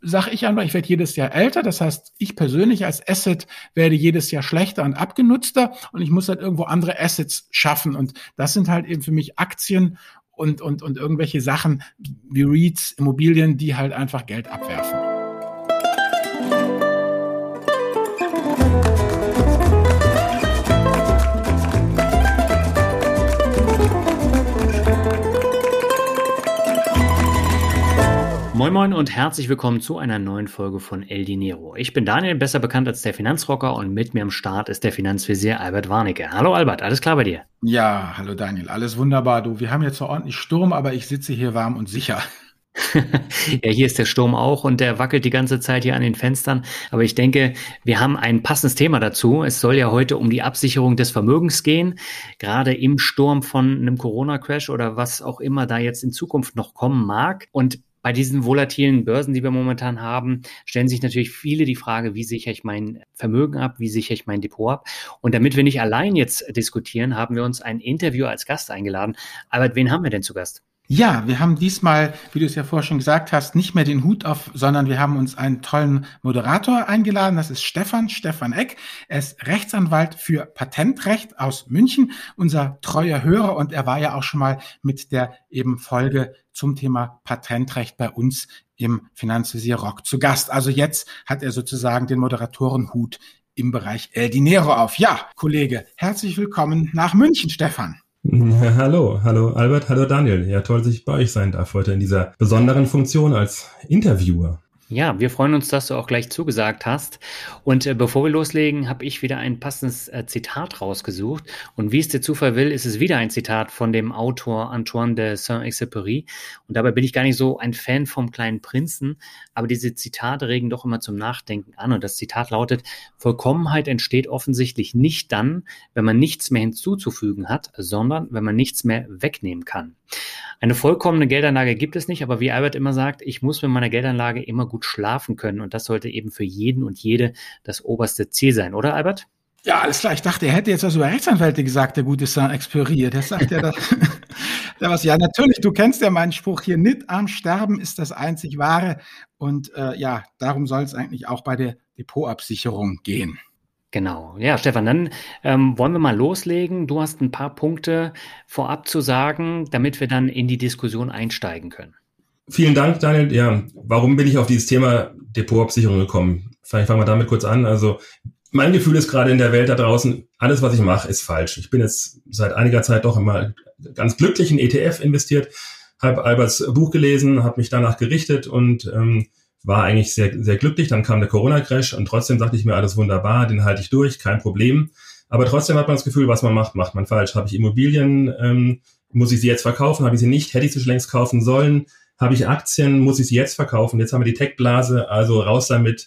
sage ich einfach, ich werde jedes Jahr älter. Das heißt, ich persönlich als Asset werde jedes Jahr schlechter und abgenutzter und ich muss halt irgendwo andere Assets schaffen. Und das sind halt eben für mich Aktien und irgendwelche Sachen wie REITs, Immobilien, die halt einfach Geld abwerfen. Moin Moin und herzlich willkommen zu einer neuen Folge von El Dinero. Ich bin Daniel, besser bekannt als der Finanzrocker, und mit mir am Start ist der Finanzvisier Albert Warnecke. Hallo Albert, alles klar bei dir? Ja, hallo Daniel, alles wunderbar. Du, wir haben jetzt zwar ordentlich Sturm, aber ich sitze hier warm und sicher. Ja, hier ist der Sturm auch und der wackelt die ganze Zeit hier an den Fenstern. Aber ich denke, wir haben ein passendes Thema dazu. Es soll ja heute um die Absicherung des Vermögens gehen, gerade im Sturm von einem Corona-Crash oder was auch immer da jetzt in Zukunft noch kommen mag. Und bei diesen volatilen Börsen, die wir momentan haben, stellen sich natürlich viele die Frage, wie sichere ich mein Vermögen ab, wie sichere ich mein Depot ab? Und damit wir nicht allein jetzt diskutieren, haben wir uns einen Interviewer als Gast eingeladen. Albert, wen haben wir denn zu Gast? Ja, wir haben diesmal, wie du es ja vorher schon gesagt hast, nicht mehr den Hut auf, sondern wir haben uns einen tollen Moderator eingeladen. Das ist Stefan Eck. Er ist Rechtsanwalt für Patentrecht aus München, unser treuer Hörer, und er war ja auch schon mal mit der eben Folge zum Thema Patentrecht bei uns im Finanzvisier Rock zu Gast. Also jetzt hat er sozusagen den Moderatorenhut im Bereich El Dinero auf. Ja, Kollege, herzlich willkommen nach München, Stefan. Ja, hallo Albert, hallo Daniel. Ja, toll, dass ich bei euch sein darf heute in dieser besonderen Funktion als Interviewer. Ja, wir freuen uns, dass du auch gleich zugesagt hast. Und bevor wir loslegen, habe ich wieder ein passendes Zitat rausgesucht. Und wie es der Zufall will, ist es wieder ein Zitat von dem Autor Antoine de Saint-Exupéry. Und dabei bin ich gar nicht so ein Fan vom Kleinen Prinzen, aber diese Zitate regen doch immer zum Nachdenken an. Und das Zitat lautet: Vollkommenheit entsteht offensichtlich nicht dann, wenn man nichts mehr hinzuzufügen hat, sondern wenn man nichts mehr wegnehmen kann. Eine vollkommene Geldanlage gibt es nicht, aber wie Albert immer sagt, ich muss mit meiner Geldanlage immer gut schlafen können, und das sollte eben für jeden und jede das oberste Ziel sein, oder Albert? Ja, alles klar. Ich dachte, er hätte jetzt was über Rechtsanwälte gesagt, der gute Saint-Exupéry. Der sagt ja das. Ja, natürlich, du kennst ja meinen Spruch hier, nicht am Sterben ist das einzig Wahre. Und ja, darum soll es eigentlich auch bei der Depotabsicherung gehen. Genau. Ja, Stefan, dann wollen wir mal loslegen. Du hast ein paar Punkte vorab zu sagen, damit wir dann in die Diskussion einsteigen können. Vielen Dank, Daniel. Ja, warum bin ich auf dieses Thema Depotabsicherung gekommen? Vielleicht fangen wir damit kurz an. Also mein Gefühl ist gerade in der Welt da draußen, alles, was ich mache, ist falsch. Ich bin jetzt seit einiger Zeit doch immer ganz glücklich in ETF investiert, habe Alberts Buch gelesen, habe mich danach gerichtet und war eigentlich sehr, sehr glücklich. Dann kam der Corona-Crash und trotzdem dachte ich mir, alles wunderbar, den halte ich durch, kein Problem. Aber trotzdem hat man das Gefühl, was man macht, macht man falsch. Habe ich Immobilien, muss ich sie jetzt verkaufen? Habe ich sie nicht? Hätte ich sie schon längst kaufen sollen? Habe ich Aktien? Muss ich sie jetzt verkaufen? Jetzt haben wir die Tech-Blase, also raus damit.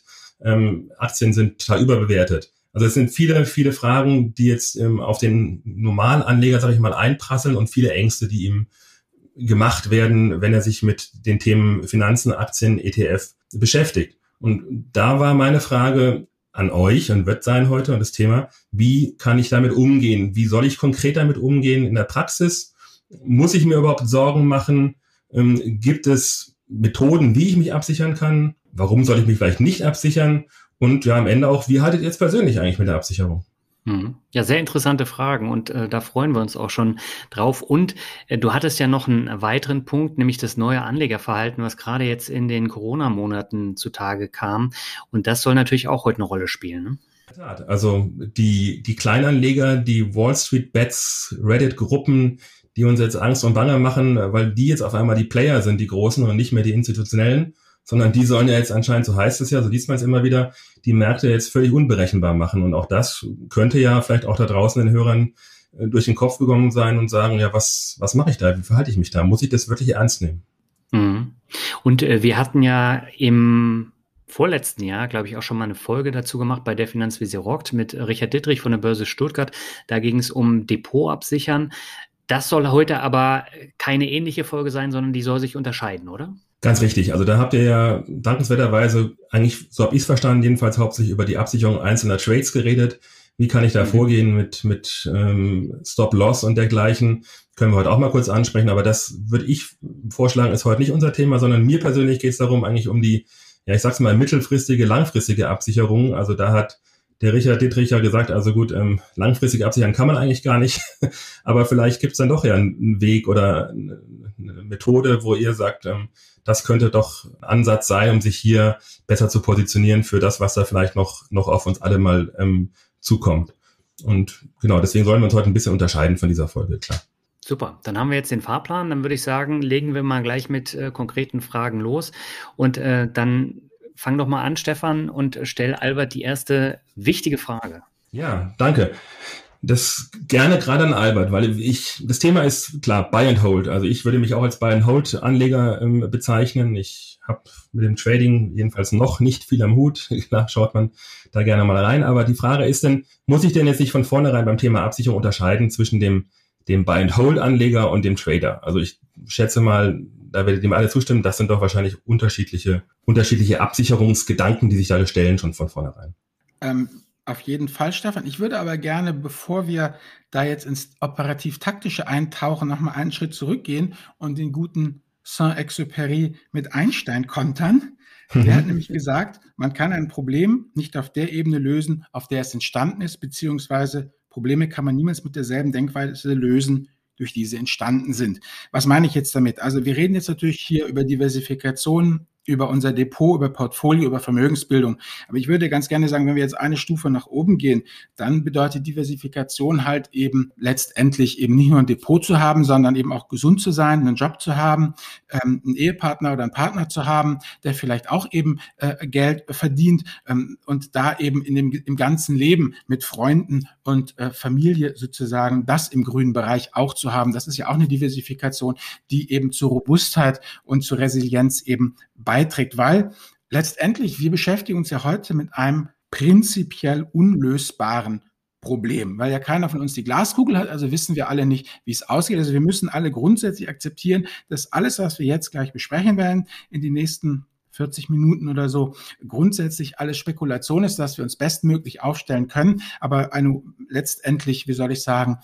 Aktien sind total überbewertet. Also es sind viele, viele Fragen, die jetzt auf den normalen Anleger, sage ich mal, einprasseln, und viele Ängste, die ihm gemacht werden, wenn er sich mit den Themen Finanzen, Aktien, ETF beschäftigt. Und da war meine Frage an euch und wird sein heute und das Thema: Wie kann ich damit umgehen? Wie soll ich konkret damit umgehen in der Praxis? Muss ich mir überhaupt Sorgen machen? Gibt es Methoden, wie ich mich absichern kann? Warum soll ich mich vielleicht nicht absichern? Und ja, am Ende auch, wie haltet ihr jetzt persönlich eigentlich mit der Absicherung? Ja, sehr interessante Fragen, und da freuen wir uns auch schon drauf. Und du hattest ja noch einen weiteren Punkt, nämlich das neue Anlegerverhalten, was gerade jetzt in den Corona-Monaten zutage kam. Und das soll natürlich auch heute eine Rolle spielen, ne? Also die Kleinanleger, die Wall Street Bets, Reddit-Gruppen, die uns jetzt Angst und Bange machen, weil die jetzt auf einmal die Player sind, die Großen, und nicht mehr die Institutionellen, sondern die sollen ja jetzt anscheinend, so heißt es ja, so liest man es immer wieder, die Märkte jetzt völlig unberechenbar machen. Und auch das könnte ja vielleicht auch da draußen den Hörern durch den Kopf gegangen sein und sagen, ja, was mache ich da? Wie verhalte ich mich da? Muss ich das wirklich ernst nehmen? Und wir hatten ja im vorletzten Jahr, glaube ich, auch schon mal eine Folge dazu gemacht bei der Finanzvisier Rockt mit Richard Dittrich von der Börse Stuttgart. Da ging es um Depotabsichern. Das soll heute aber keine ähnliche Folge sein, sondern die soll sich unterscheiden, oder? Ganz richtig. Also da habt ihr ja dankenswerterweise eigentlich, so habe ich es verstanden, jedenfalls hauptsächlich über die Absicherung einzelner Trades geredet. Wie kann ich da vorgehen mit Stop-Loss und dergleichen? Können wir heute auch mal kurz ansprechen, aber das würde ich vorschlagen, ist heute nicht unser Thema, sondern mir persönlich geht es darum, eigentlich um die ja, ich sag's mal, mittelfristige, langfristige Absicherung. Also da hat der Richard Dittrich ja gesagt, also gut, langfristig absichern kann man eigentlich gar nicht, aber vielleicht gibt's dann doch ja einen Weg oder eine Methode, wo ihr sagt, das könnte doch Ansatz sein, um sich hier besser zu positionieren für das, was da vielleicht noch auf uns alle mal zukommt. Und genau, deswegen sollen wir uns heute ein bisschen unterscheiden von dieser Folge, klar. Super, dann haben wir jetzt den Fahrplan. Dann würde ich sagen, legen wir mal gleich mit konkreten Fragen los. Und dann fang doch mal an, Stefan, und stell Albert die erste wichtige Frage. Ja, danke. Das gerne gerade an Albert, weil das Thema ist klar, Buy and Hold. Also ich würde mich auch als Buy and Hold Anleger bezeichnen. Ich habe mit dem Trading jedenfalls noch nicht viel am Hut. Klar, schaut man da gerne mal rein. Aber die Frage ist denn, muss ich denn jetzt nicht von vornherein beim Thema Absicherung unterscheiden zwischen dem Buy and Hold Anleger und dem Trader? Also ich schätze mal, da werdet ihr mir alle zustimmen, das sind doch wahrscheinlich unterschiedliche Absicherungsgedanken, die sich da stellen schon von vornherein. Auf jeden Fall, Stefan. Ich würde aber gerne, bevor wir da jetzt ins operativ-taktische eintauchen, nochmal einen Schritt zurückgehen und den guten Saint-Exupéry mit Einstein kontern. Der hat nämlich gesagt, man kann ein Problem nicht auf der Ebene lösen, auf der es entstanden ist, beziehungsweise Probleme kann man niemals mit derselben Denkweise lösen, durch die sie entstanden sind. Was meine ich jetzt damit? Also wir reden jetzt natürlich hier über Diversifikation, über unser Depot, über Portfolio, über Vermögensbildung. Aber ich würde ganz gerne sagen, wenn wir jetzt eine Stufe nach oben gehen, dann bedeutet Diversifikation halt eben letztendlich eben nicht nur ein Depot zu haben, sondern eben auch gesund zu sein, einen Job zu haben, einen Ehepartner oder einen Partner zu haben, der vielleicht auch eben Geld verdient und da eben im ganzen Leben mit Freunden und Familie sozusagen das im grünen Bereich auch zu haben. Das ist ja auch eine Diversifikation, die eben zur Robustheit und zur Resilienz eben beiträgt, weil letztendlich wir beschäftigen uns ja heute mit einem prinzipiell unlösbaren Problem, weil ja keiner von uns die Glaskugel hat, also wissen wir alle nicht, wie es ausgeht. Also wir müssen alle grundsätzlich akzeptieren, dass alles, was wir jetzt gleich besprechen werden, in den nächsten 40 Minuten oder so, grundsätzlich alles Spekulation ist, dass wir uns bestmöglich aufstellen können, aber letztendlich, wie soll ich sagen,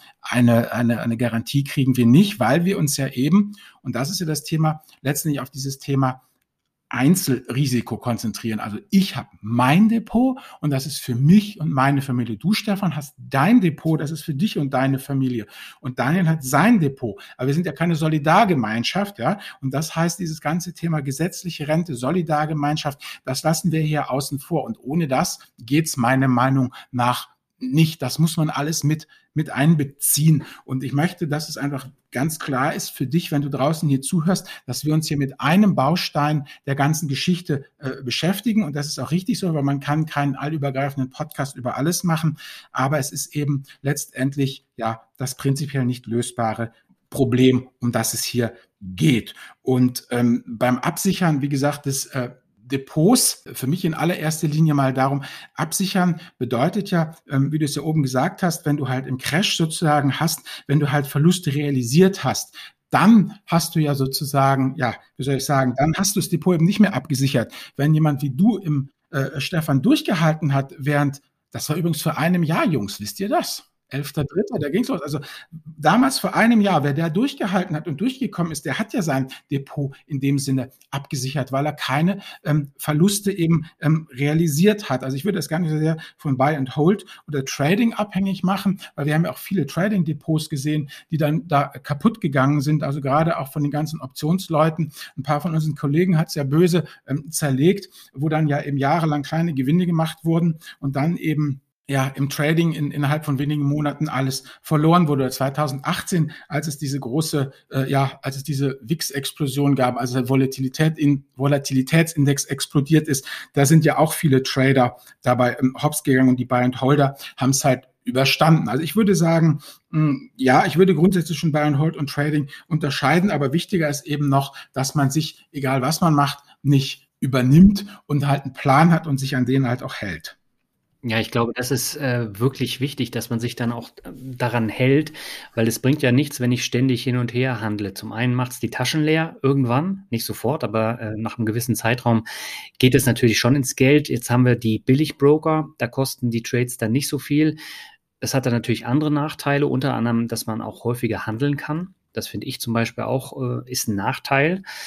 eine Garantie kriegen wir nicht, weil wir uns ja eben, und das ist ja das Thema, letztendlich auf dieses Thema Einzelrisiko konzentrieren. Also ich habe mein Depot und das ist für mich und meine Familie. Du, Stefan, hast dein Depot, das ist für dich und deine Familie. Und Daniel hat sein Depot. Aber wir sind ja keine Solidargemeinschaft, ja. Und das heißt, dieses ganze Thema gesetzliche Rente, Solidargemeinschaft, das lassen wir hier außen vor. Und ohne das geht's meiner Meinung nach nicht. Das muss man alles mit einbeziehen. Und ich möchte, dass es einfach ganz klar ist für dich, wenn du draußen hier zuhörst, dass wir uns hier mit einem Baustein der ganzen Geschichte beschäftigen. Und das ist auch richtig so, weil man kann keinen allübergreifenden Podcast über alles machen. Aber es ist eben letztendlich ja das prinzipiell nicht lösbare Problem, um das es hier geht. Und beim Absichern, wie gesagt, des Depots, für mich in allererster Linie mal darum, absichern bedeutet ja, wie du es ja oben gesagt hast, wenn du halt im Crash sozusagen hast, wenn du halt Verluste realisiert hast, dann hast du ja sozusagen, ja, wie soll ich sagen, dann hast du das Depot eben nicht mehr abgesichert. Wenn jemand wie du Stefan durchgehalten hat, das war übrigens vor einem Jahr, Jungs, wisst ihr das? 11.3., da ging's los. Also damals vor einem Jahr, wer der durchgehalten hat und durchgekommen ist, der hat ja sein Depot in dem Sinne abgesichert, weil er keine Verluste eben realisiert hat. Also ich würde das gar nicht so sehr von Buy and Hold oder Trading abhängig machen, weil wir haben ja auch viele Trading-Depots gesehen, die dann da kaputt gegangen sind. Also gerade auch von den ganzen Optionsleuten. Ein paar von unseren Kollegen hat es ja böse zerlegt, wo dann ja eben jahrelang kleine Gewinne gemacht wurden und dann eben ja, im Trading innerhalb von wenigen Monaten alles verloren wurde. 2018, als es diese große, als es diese VIX-Explosion gab, also der Volatilitätsindex explodiert ist, da sind ja auch viele Trader dabei hops gegangen und die Buy and Holder haben es halt überstanden. Also ich würde sagen, ja, ich würde grundsätzlich schon Buy and Hold und Trading unterscheiden, aber wichtiger ist eben noch, dass man sich, egal was man macht, nicht übernimmt und halt einen Plan hat und sich an den halt auch hält. Ja, ich glaube, das ist wirklich wichtig, dass man sich dann auch daran hält, weil es bringt ja nichts, wenn ich ständig hin und her handle. Zum einen macht es die Taschen leer irgendwann, nicht sofort, aber nach einem gewissen Zeitraum geht es natürlich schon ins Geld. Jetzt haben wir die Billigbroker, da kosten die Trades dann nicht so viel. Es hat dann natürlich andere Nachteile, unter anderem, dass man auch häufiger handeln kann. Das finde ich zum Beispiel auch, ist ein Nachteil.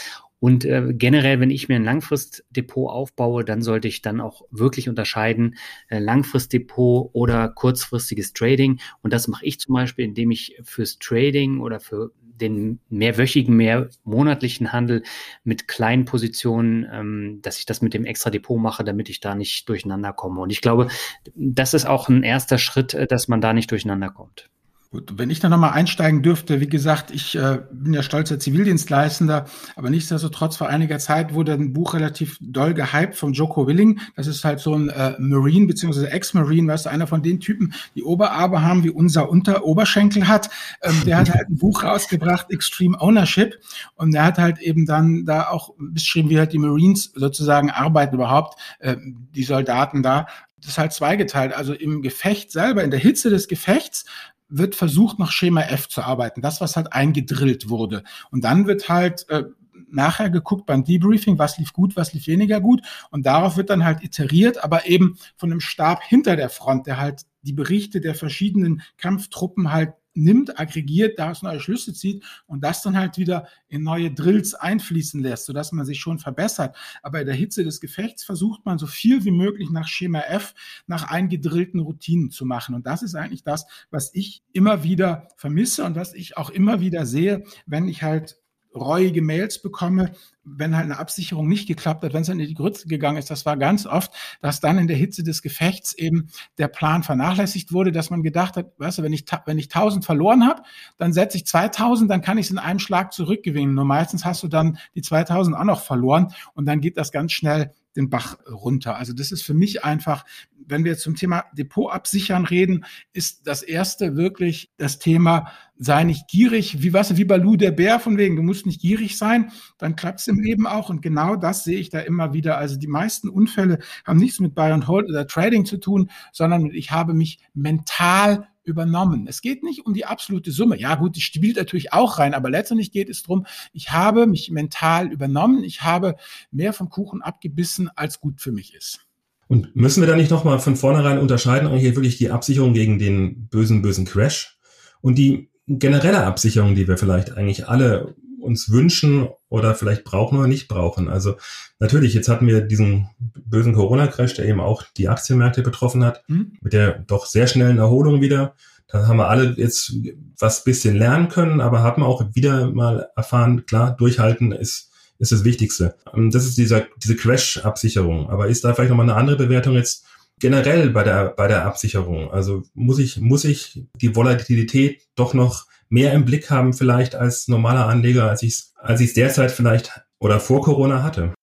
Und generell, wenn ich mir ein Langfristdepot aufbaue, dann sollte ich dann auch wirklich unterscheiden, Langfristdepot oder kurzfristiges Trading. Und das mache ich zum Beispiel, indem ich fürs Trading oder für den mehrwöchigen, mehrmonatlichen Handel mit kleinen Positionen, dass ich das mit dem extra Depot mache, damit ich da nicht durcheinander komme. Und ich glaube, das ist auch ein erster Schritt, dass man da nicht durcheinander kommt. Gut, wenn ich da nochmal einsteigen dürfte, wie gesagt, ich bin ja stolzer Zivildienstleistender, aber nichtsdestotrotz vor einiger Zeit wurde ein Buch relativ doll gehypt von Jocko Willing. Das ist halt so ein Marine bzw. Ex-Marine, weißt du, einer von den Typen, die Oberarme haben, wie unser Oberschenkel hat. Der hat halt ein Buch rausgebracht, Extreme Ownership, und der hat halt eben dann da auch beschrieben, wie halt die Marines sozusagen arbeiten überhaupt, die Soldaten da. Das ist halt zweigeteilt, also im Gefecht selber, in der Hitze des Gefechts, wird versucht, nach Schema F zu arbeiten. Das, was halt eingedrillt wurde. Und dann wird halt nachher geguckt beim Debriefing, was lief gut, was lief weniger gut. Und darauf wird dann halt iteriert, aber eben von einem Stab hinter der Front, der halt die Berichte der verschiedenen Kampftruppen halt nimmt, aggregiert, daraus neue Schlüsse zieht und das dann halt wieder in neue Drills einfließen lässt, sodass man sich schon verbessert. Aber in der Hitze des Gefechts versucht man so viel wie möglich nach Schema F, nach eingedrillten Routinen zu machen. Und das ist eigentlich das, was ich immer wieder vermisse und was ich auch immer wieder sehe, wenn ich halt reuige Mails bekomme, wenn halt eine Absicherung nicht geklappt hat, wenn es dann in die Grütze gegangen ist. Das war ganz oft, dass dann in der Hitze des Gefechts eben der Plan vernachlässigt wurde, dass man gedacht hat, weißt du, wenn ich 1000 verloren habe, dann setze ich 2000, dann kann ich es in einem Schlag zurückgewinnen. Nur meistens hast du dann die 2000 auch noch verloren und dann geht das ganz schnell den Bach runter. Also das ist für mich einfach, wenn wir zum Thema Depot absichern reden, ist das erste wirklich das Thema, sei nicht gierig, wie Balu der Bär, von wegen, du musst nicht gierig sein, dann klappt es im Leben auch. Und genau das sehe ich da immer wieder. Also die meisten Unfälle haben nichts mit Buy and Hold oder Trading zu tun, sondern ich habe mich mental übernommen. Es geht nicht um die absolute Summe. Ja gut, die spielt natürlich auch rein, aber letztendlich geht es darum, ich habe mich mental übernommen, ich habe mehr vom Kuchen abgebissen, als gut für mich ist. Und müssen wir da nicht nochmal von vornherein unterscheiden, eigentlich wirklich die Absicherung gegen den bösen Crash und die generelle Absicherung, die wir vielleicht eigentlich alle uns wünschen oder vielleicht brauchen oder nicht brauchen. Also natürlich, jetzt hatten wir diesen bösen Corona-Crash, der eben auch die Aktienmärkte betroffen hat, mit der doch sehr schnellen Erholung wieder. Da haben wir alle jetzt was bisschen lernen können, aber haben auch wieder mal erfahren, klar, durchhalten ist das Wichtigste. Das ist diese Crash-Absicherung. Aber ist da vielleicht nochmal eine andere Bewertung jetzt generell bei der Absicherung? Also muss ich die Volatilität doch noch mehr im Blick haben vielleicht als normaler Anleger, als ich es derzeit vielleicht oder vor Corona hatte?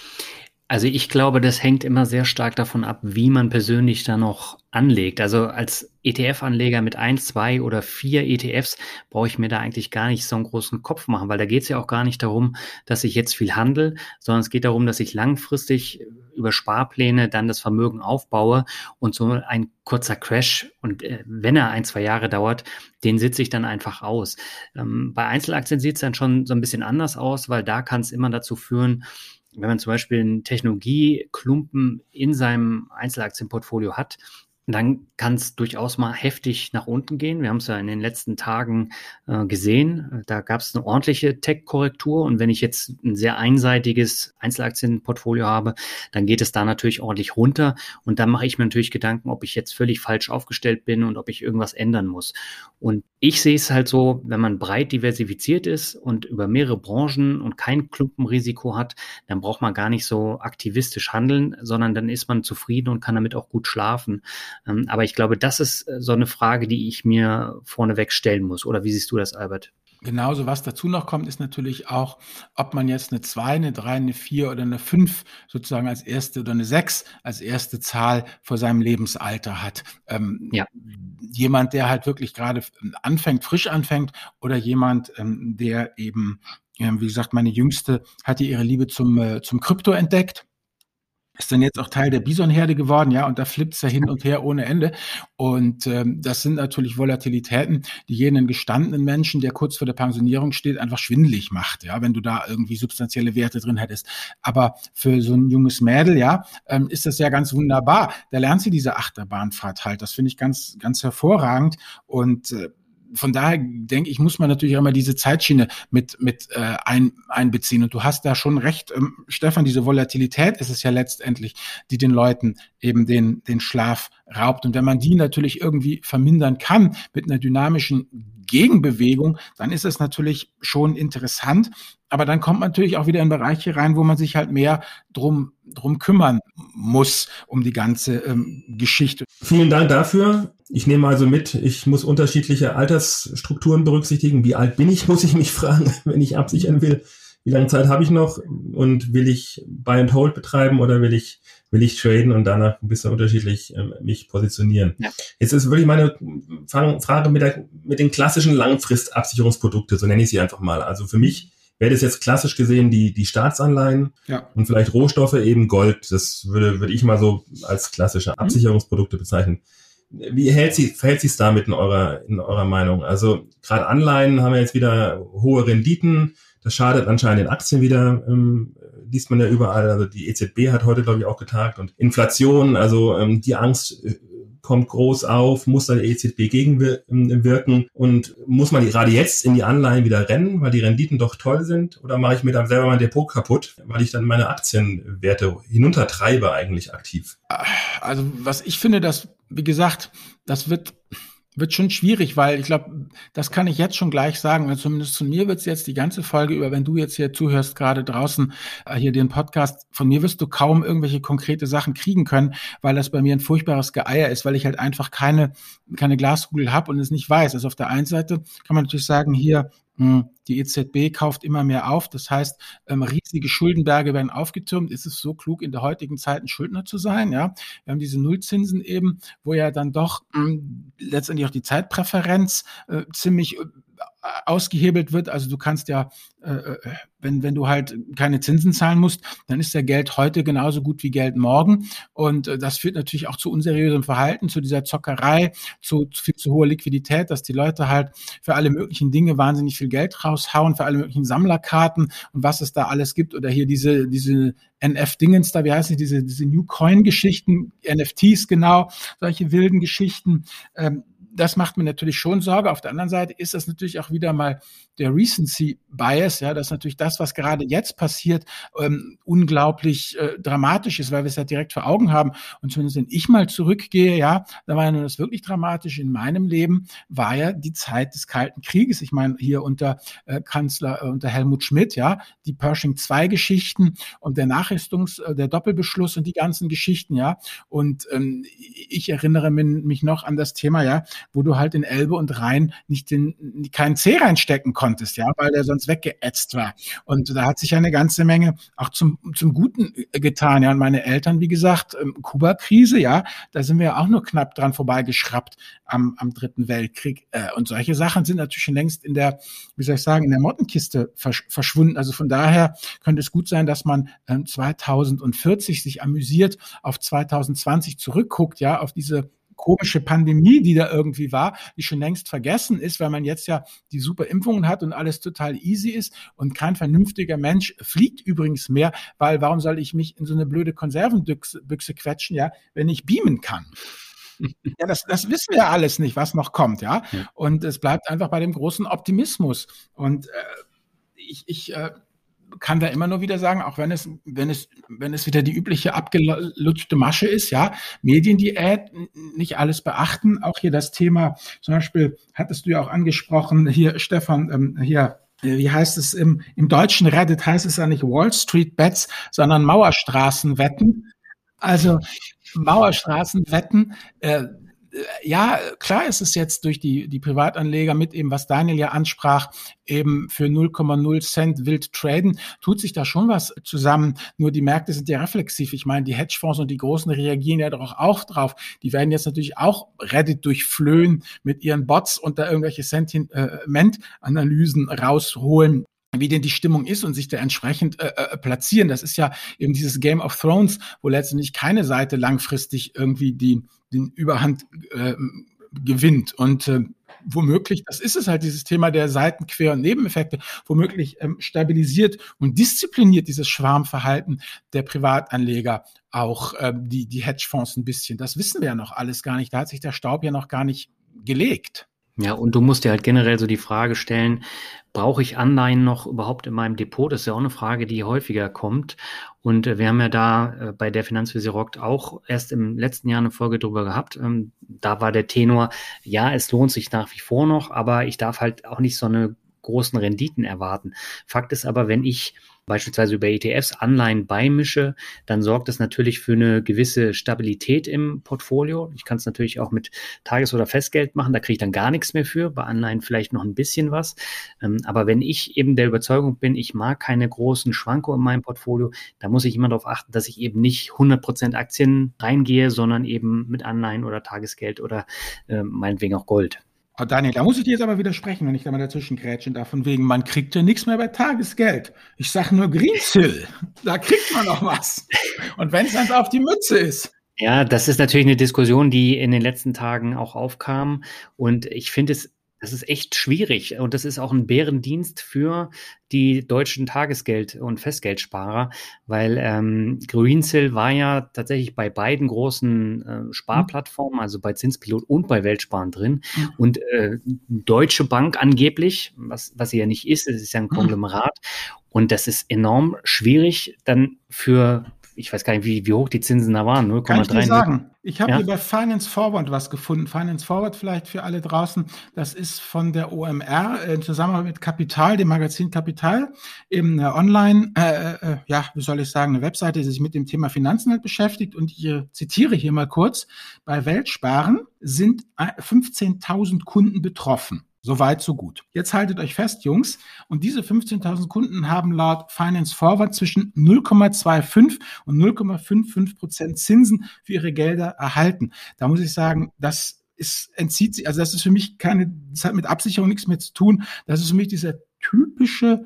Also ich glaube, das hängt immer sehr stark davon ab, wie man persönlich da noch anlegt. Also als ETF-Anleger mit 1, 2 oder 4 ETFs brauche ich mir da eigentlich gar nicht so einen großen Kopf machen, weil da geht es ja auch gar nicht darum, dass ich jetzt viel handle, sondern es geht darum, dass ich langfristig über Sparpläne dann das Vermögen aufbaue und so ein kurzer Crash, und wenn er 1, 2 Jahre dauert, den sitze ich dann einfach aus. Bei Einzelaktien sieht es dann schon so ein bisschen anders aus, weil da kann es immer dazu führen, wenn man zum Beispiel einen Technologieklumpen in seinem Einzelaktienportfolio hat, dann kann es durchaus mal heftig nach unten gehen. Wir haben es ja in den letzten Tagen gesehen. Da gab es eine ordentliche Tech-Korrektur. Und wenn ich jetzt ein sehr einseitiges Einzelaktienportfolio habe, dann geht es da natürlich ordentlich runter. Und dann mache ich mir natürlich Gedanken, ob ich jetzt völlig falsch aufgestellt bin und ob ich irgendwas ändern muss. Und ich sehe es halt so, wenn man breit diversifiziert ist und über mehrere Branchen und kein Klumpenrisiko hat, dann braucht man gar nicht so aktivistisch handeln, sondern dann ist man zufrieden und kann damit auch gut schlafen. Aber ich glaube, das ist so eine Frage, die ich mir vorneweg stellen muss. Oder wie siehst du das, Albert? Genauso, was dazu noch kommt, ist natürlich auch, ob man jetzt eine 2, eine 3, eine 4 oder eine 5 sozusagen als erste oder eine 6 als erste Zahl vor seinem Lebensalter hat. Ja. Jemand, der halt wirklich gerade frisch anfängt, oder jemand, der eben, wie gesagt, meine Jüngste hatte ihre Liebe zum Krypto entdeckt. Ist dann jetzt auch Teil der Bison-Herde geworden, ja, und da flippt's ja hin und her ohne Ende. Und das sind natürlich Volatilitäten, die jenen gestandenen Menschen, der kurz vor der Pensionierung steht, einfach schwindelig macht, ja, wenn du da irgendwie substanzielle Werte drin hättest. Aber für so ein junges Mädel, ja, ist das ja ganz wunderbar. Da lernt sie diese Achterbahnfahrt halt. Das finde ich ganz, ganz hervorragend. Und von daher denke ich, muss man natürlich auch immer diese Zeitschiene mit einbeziehen. Und du hast da schon recht, Stefan, diese Volatilität ist es ja letztendlich, die den Leuten eben den Schlaf raubt. Und wenn man die natürlich irgendwie vermindern kann mit einer dynamischen Gegenbewegung, dann ist es natürlich schon interessant. Aber dann kommt man natürlich auch wieder in Bereiche rein, wo man sich halt mehr drum kümmern muss, um die ganze Geschichte. Vielen Dank dafür. Ich nehme also mit, ich muss unterschiedliche Altersstrukturen berücksichtigen. Wie alt bin ich, muss ich mich fragen, wenn ich absichern will. Wie lange Zeit habe ich noch? Und will ich Buy and Hold betreiben oder will ich traden und danach ein bisschen unterschiedlich mich positionieren? Ja. Jetzt ist wirklich meine Frage mit den klassischen Langfristabsicherungsprodukte, so nenne ich sie einfach mal. Also für mich wäre das jetzt klassisch gesehen die Staatsanleihen und vielleicht Rohstoffe, eben Gold. Das würde ich mal so als klassische Absicherungsprodukte bezeichnen. Wie verhält sich damit in eurer Meinung? Also gerade Anleihen haben ja jetzt wieder hohe Renditen. Das schadet anscheinend den Aktien wieder, liest man ja überall. Also die EZB hat heute, glaube ich, auch getagt. Und Inflation, also die Angst kommt groß auf, muss da die EZB gegenwirken und muss man gerade jetzt in die Anleihen wieder rennen, weil die Renditen doch toll sind? Oder mache ich mir dann selber mein Depot kaputt, weil ich dann meine Aktienwerte hinuntertreibe eigentlich aktiv? Also was ich finde, dass, wie gesagt, das wird schon schwierig, weil ich glaube, das kann ich jetzt schon gleich sagen, also zumindest zu mir wird es jetzt die ganze Folge über, wenn du jetzt hier zuhörst, gerade draußen hier den Podcast, von mir wirst du kaum irgendwelche konkrete Sachen kriegen können, weil das bei mir ein furchtbares Geier ist, weil ich halt einfach keine Glaskugel habe und es nicht weiß. Also auf der einen Seite kann man natürlich sagen, hier, die EZB kauft immer mehr auf. Das heißt, riesige Schuldenberge werden aufgetürmt. Ist es so klug, in der heutigen Zeit ein Schuldner zu sein? Ja, wir haben diese Nullzinsen eben, wo ja dann doch letztendlich auch die Zeitpräferenz ziemlich ausgehebelt wird. Also du kannst ja, wenn du halt keine Zinsen zahlen musst, dann ist ja Geld heute genauso gut wie Geld morgen. Und das führt natürlich auch zu unseriösem Verhalten, zu dieser Zockerei, zu viel zu hoher Liquidität, dass die Leute halt für alle möglichen Dinge wahnsinnig viel Geld raushauen, für alle möglichen Sammlerkarten und was es da alles gibt. Oder hier diese NF-Dingens da, wie heißt die, diese New Coin-Geschichten, NFTs genau, solche wilden Geschichten. Das macht mir natürlich schon Sorge. Auf der anderen Seite ist das natürlich auch wieder mal der Recency Bias, ja, dass natürlich das, was gerade jetzt passiert, unglaublich dramatisch ist, weil wir es ja direkt vor Augen haben. Und zumindest wenn ich mal zurückgehe, ja, da war ja nur das wirklich dramatische in meinem Leben, war ja die Zeit des Kalten Krieges. Ich meine, hier unter unter Helmut Schmidt, ja, die Pershing-2-Geschichten und der der Doppelbeschluss und die ganzen Geschichten, ja. Und ich erinnere mich noch an das Thema, ja, wo du halt in Elbe und Rhein keinen Zeh reinstecken konntest, ja, weil der sonst weggeätzt war. Und da hat sich ja eine ganze Menge auch zum Guten getan, ja. Und meine Eltern, wie gesagt, Kuba-Krise, ja, da sind wir ja auch nur knapp dran vorbeigeschraubt am Dritten Weltkrieg. Und solche Sachen sind natürlich schon längst in der Mottenkiste verschwunden. Also von daher könnte es gut sein, dass man 2040 sich amüsiert, auf 2020 zurückguckt, ja, auf diese komische Pandemie, die da irgendwie war, die schon längst vergessen ist, weil man jetzt ja die super Impfungen hat und alles total easy ist und kein vernünftiger Mensch fliegt übrigens mehr, weil warum soll ich mich in so eine blöde Konservenbüchse quetschen, ja, wenn ich beamen kann? Ja, das wissen wir alles nicht, was noch kommt, ja. Und es bleibt einfach bei dem großen Optimismus. Und ich kann da immer nur wieder sagen, auch wenn es wieder die übliche abgelutschte Masche ist, ja, Mediendiät, nicht alles beachten, auch hier das Thema, zum Beispiel hattest du ja auch angesprochen, hier Stefan, wie heißt es im deutschen Reddit, heißt es ja nicht Wall Street Bets, sondern Mauerstraßenwetten. Also Mauerstraßenwetten, ja, klar ist es jetzt durch die Privatanleger mit eben, was Daniel ja ansprach, eben für 0,0 Cent wild traden, tut sich da schon was zusammen. Nur die Märkte sind ja reflexiv. Ich meine, die Hedgefonds und die Großen reagieren ja doch auch drauf. Die werden jetzt natürlich auch Reddit durchflöhen mit ihren Bots und da irgendwelche Sentiment-Analysen rausholen, wie denn die Stimmung ist und sich da entsprechend platzieren. Das ist ja eben dieses Game of Thrones, wo letztendlich keine Seite langfristig irgendwie den Überhand gewinnt. Und womöglich, das ist es halt, dieses Thema der Seitenquer- und Nebeneffekte, womöglich stabilisiert und diszipliniert dieses Schwarmverhalten der Privatanleger auch die Hedgefonds ein bisschen. Das wissen wir ja noch alles gar nicht. Da hat sich der Staub ja noch gar nicht gelegt. Ja, und du musst dir halt generell so die Frage stellen, brauche ich Anleihen noch überhaupt in meinem Depot? Das ist ja auch eine Frage, die häufiger kommt. Und wir haben ja da bei der Finanzvisier rockt auch erst im letzten Jahr eine Folge drüber gehabt. Da war der Tenor, ja, es lohnt sich nach wie vor noch, aber ich darf halt auch nicht so eine großen Renditen erwarten. Fakt ist aber, wenn ich beispielsweise über ETFs Anleihen beimische, dann sorgt das natürlich für eine gewisse Stabilität im Portfolio. Ich kann es natürlich auch mit Tages- oder Festgeld machen, da kriege ich dann gar nichts mehr für, bei Anleihen vielleicht noch ein bisschen was. Aber wenn ich eben der Überzeugung bin, ich mag keine großen Schwankungen in meinem Portfolio, da muss ich immer darauf achten, dass ich eben nicht 100% Aktien reingehe, sondern eben mit Anleihen oder Tagesgeld oder meinetwegen auch Gold. Oh, Daniel, da muss ich dir jetzt aber widersprechen, wenn ich da mal dazwischen grätschen darf, von wegen, man kriegt ja nichts mehr bei Tagesgeld. Ich sage nur Greensill, da kriegt man noch was. Und wenn es dann auf die Mütze ist. Ja, das ist natürlich eine Diskussion, die in den letzten Tagen auch aufkam. Und ich finde das ist echt schwierig. Und das ist auch ein Bärendienst für die deutschen Tagesgeld- und Festgeldsparer, weil Greensill war ja tatsächlich bei beiden großen Sparplattformen, also bei Zinspilot und bei Weltsparen drin. Und Deutsche Bank angeblich, was sie ja nicht ist, es ist ja ein Konglomerat. Und das ist enorm schwierig dann für, ich weiß gar nicht, wie hoch die Zinsen da waren, 0,3. Kann ich dir sagen. Ich habe hier bei Finance Forward was gefunden. Finance Forward vielleicht für alle draußen. Das ist von der OMR in Zusammenarbeit mit Kapital, dem Magazin Kapital, eben eine Online, wie soll ich sagen, eine Webseite, die sich mit dem Thema Finanzen halt beschäftigt. Und ich zitiere hier mal kurz. Bei Weltsparen sind 15.000 Kunden betroffen. So weit, so gut. Jetzt haltet euch fest, Jungs. Und diese 15.000 Kunden haben laut Finance Forward zwischen 0,25 und 0,55% Zinsen für ihre Gelder erhalten. Da muss ich sagen, das entzieht sich, also das ist für mich das hat mit Absicherung nichts mehr zu tun. Das ist für mich dieser typische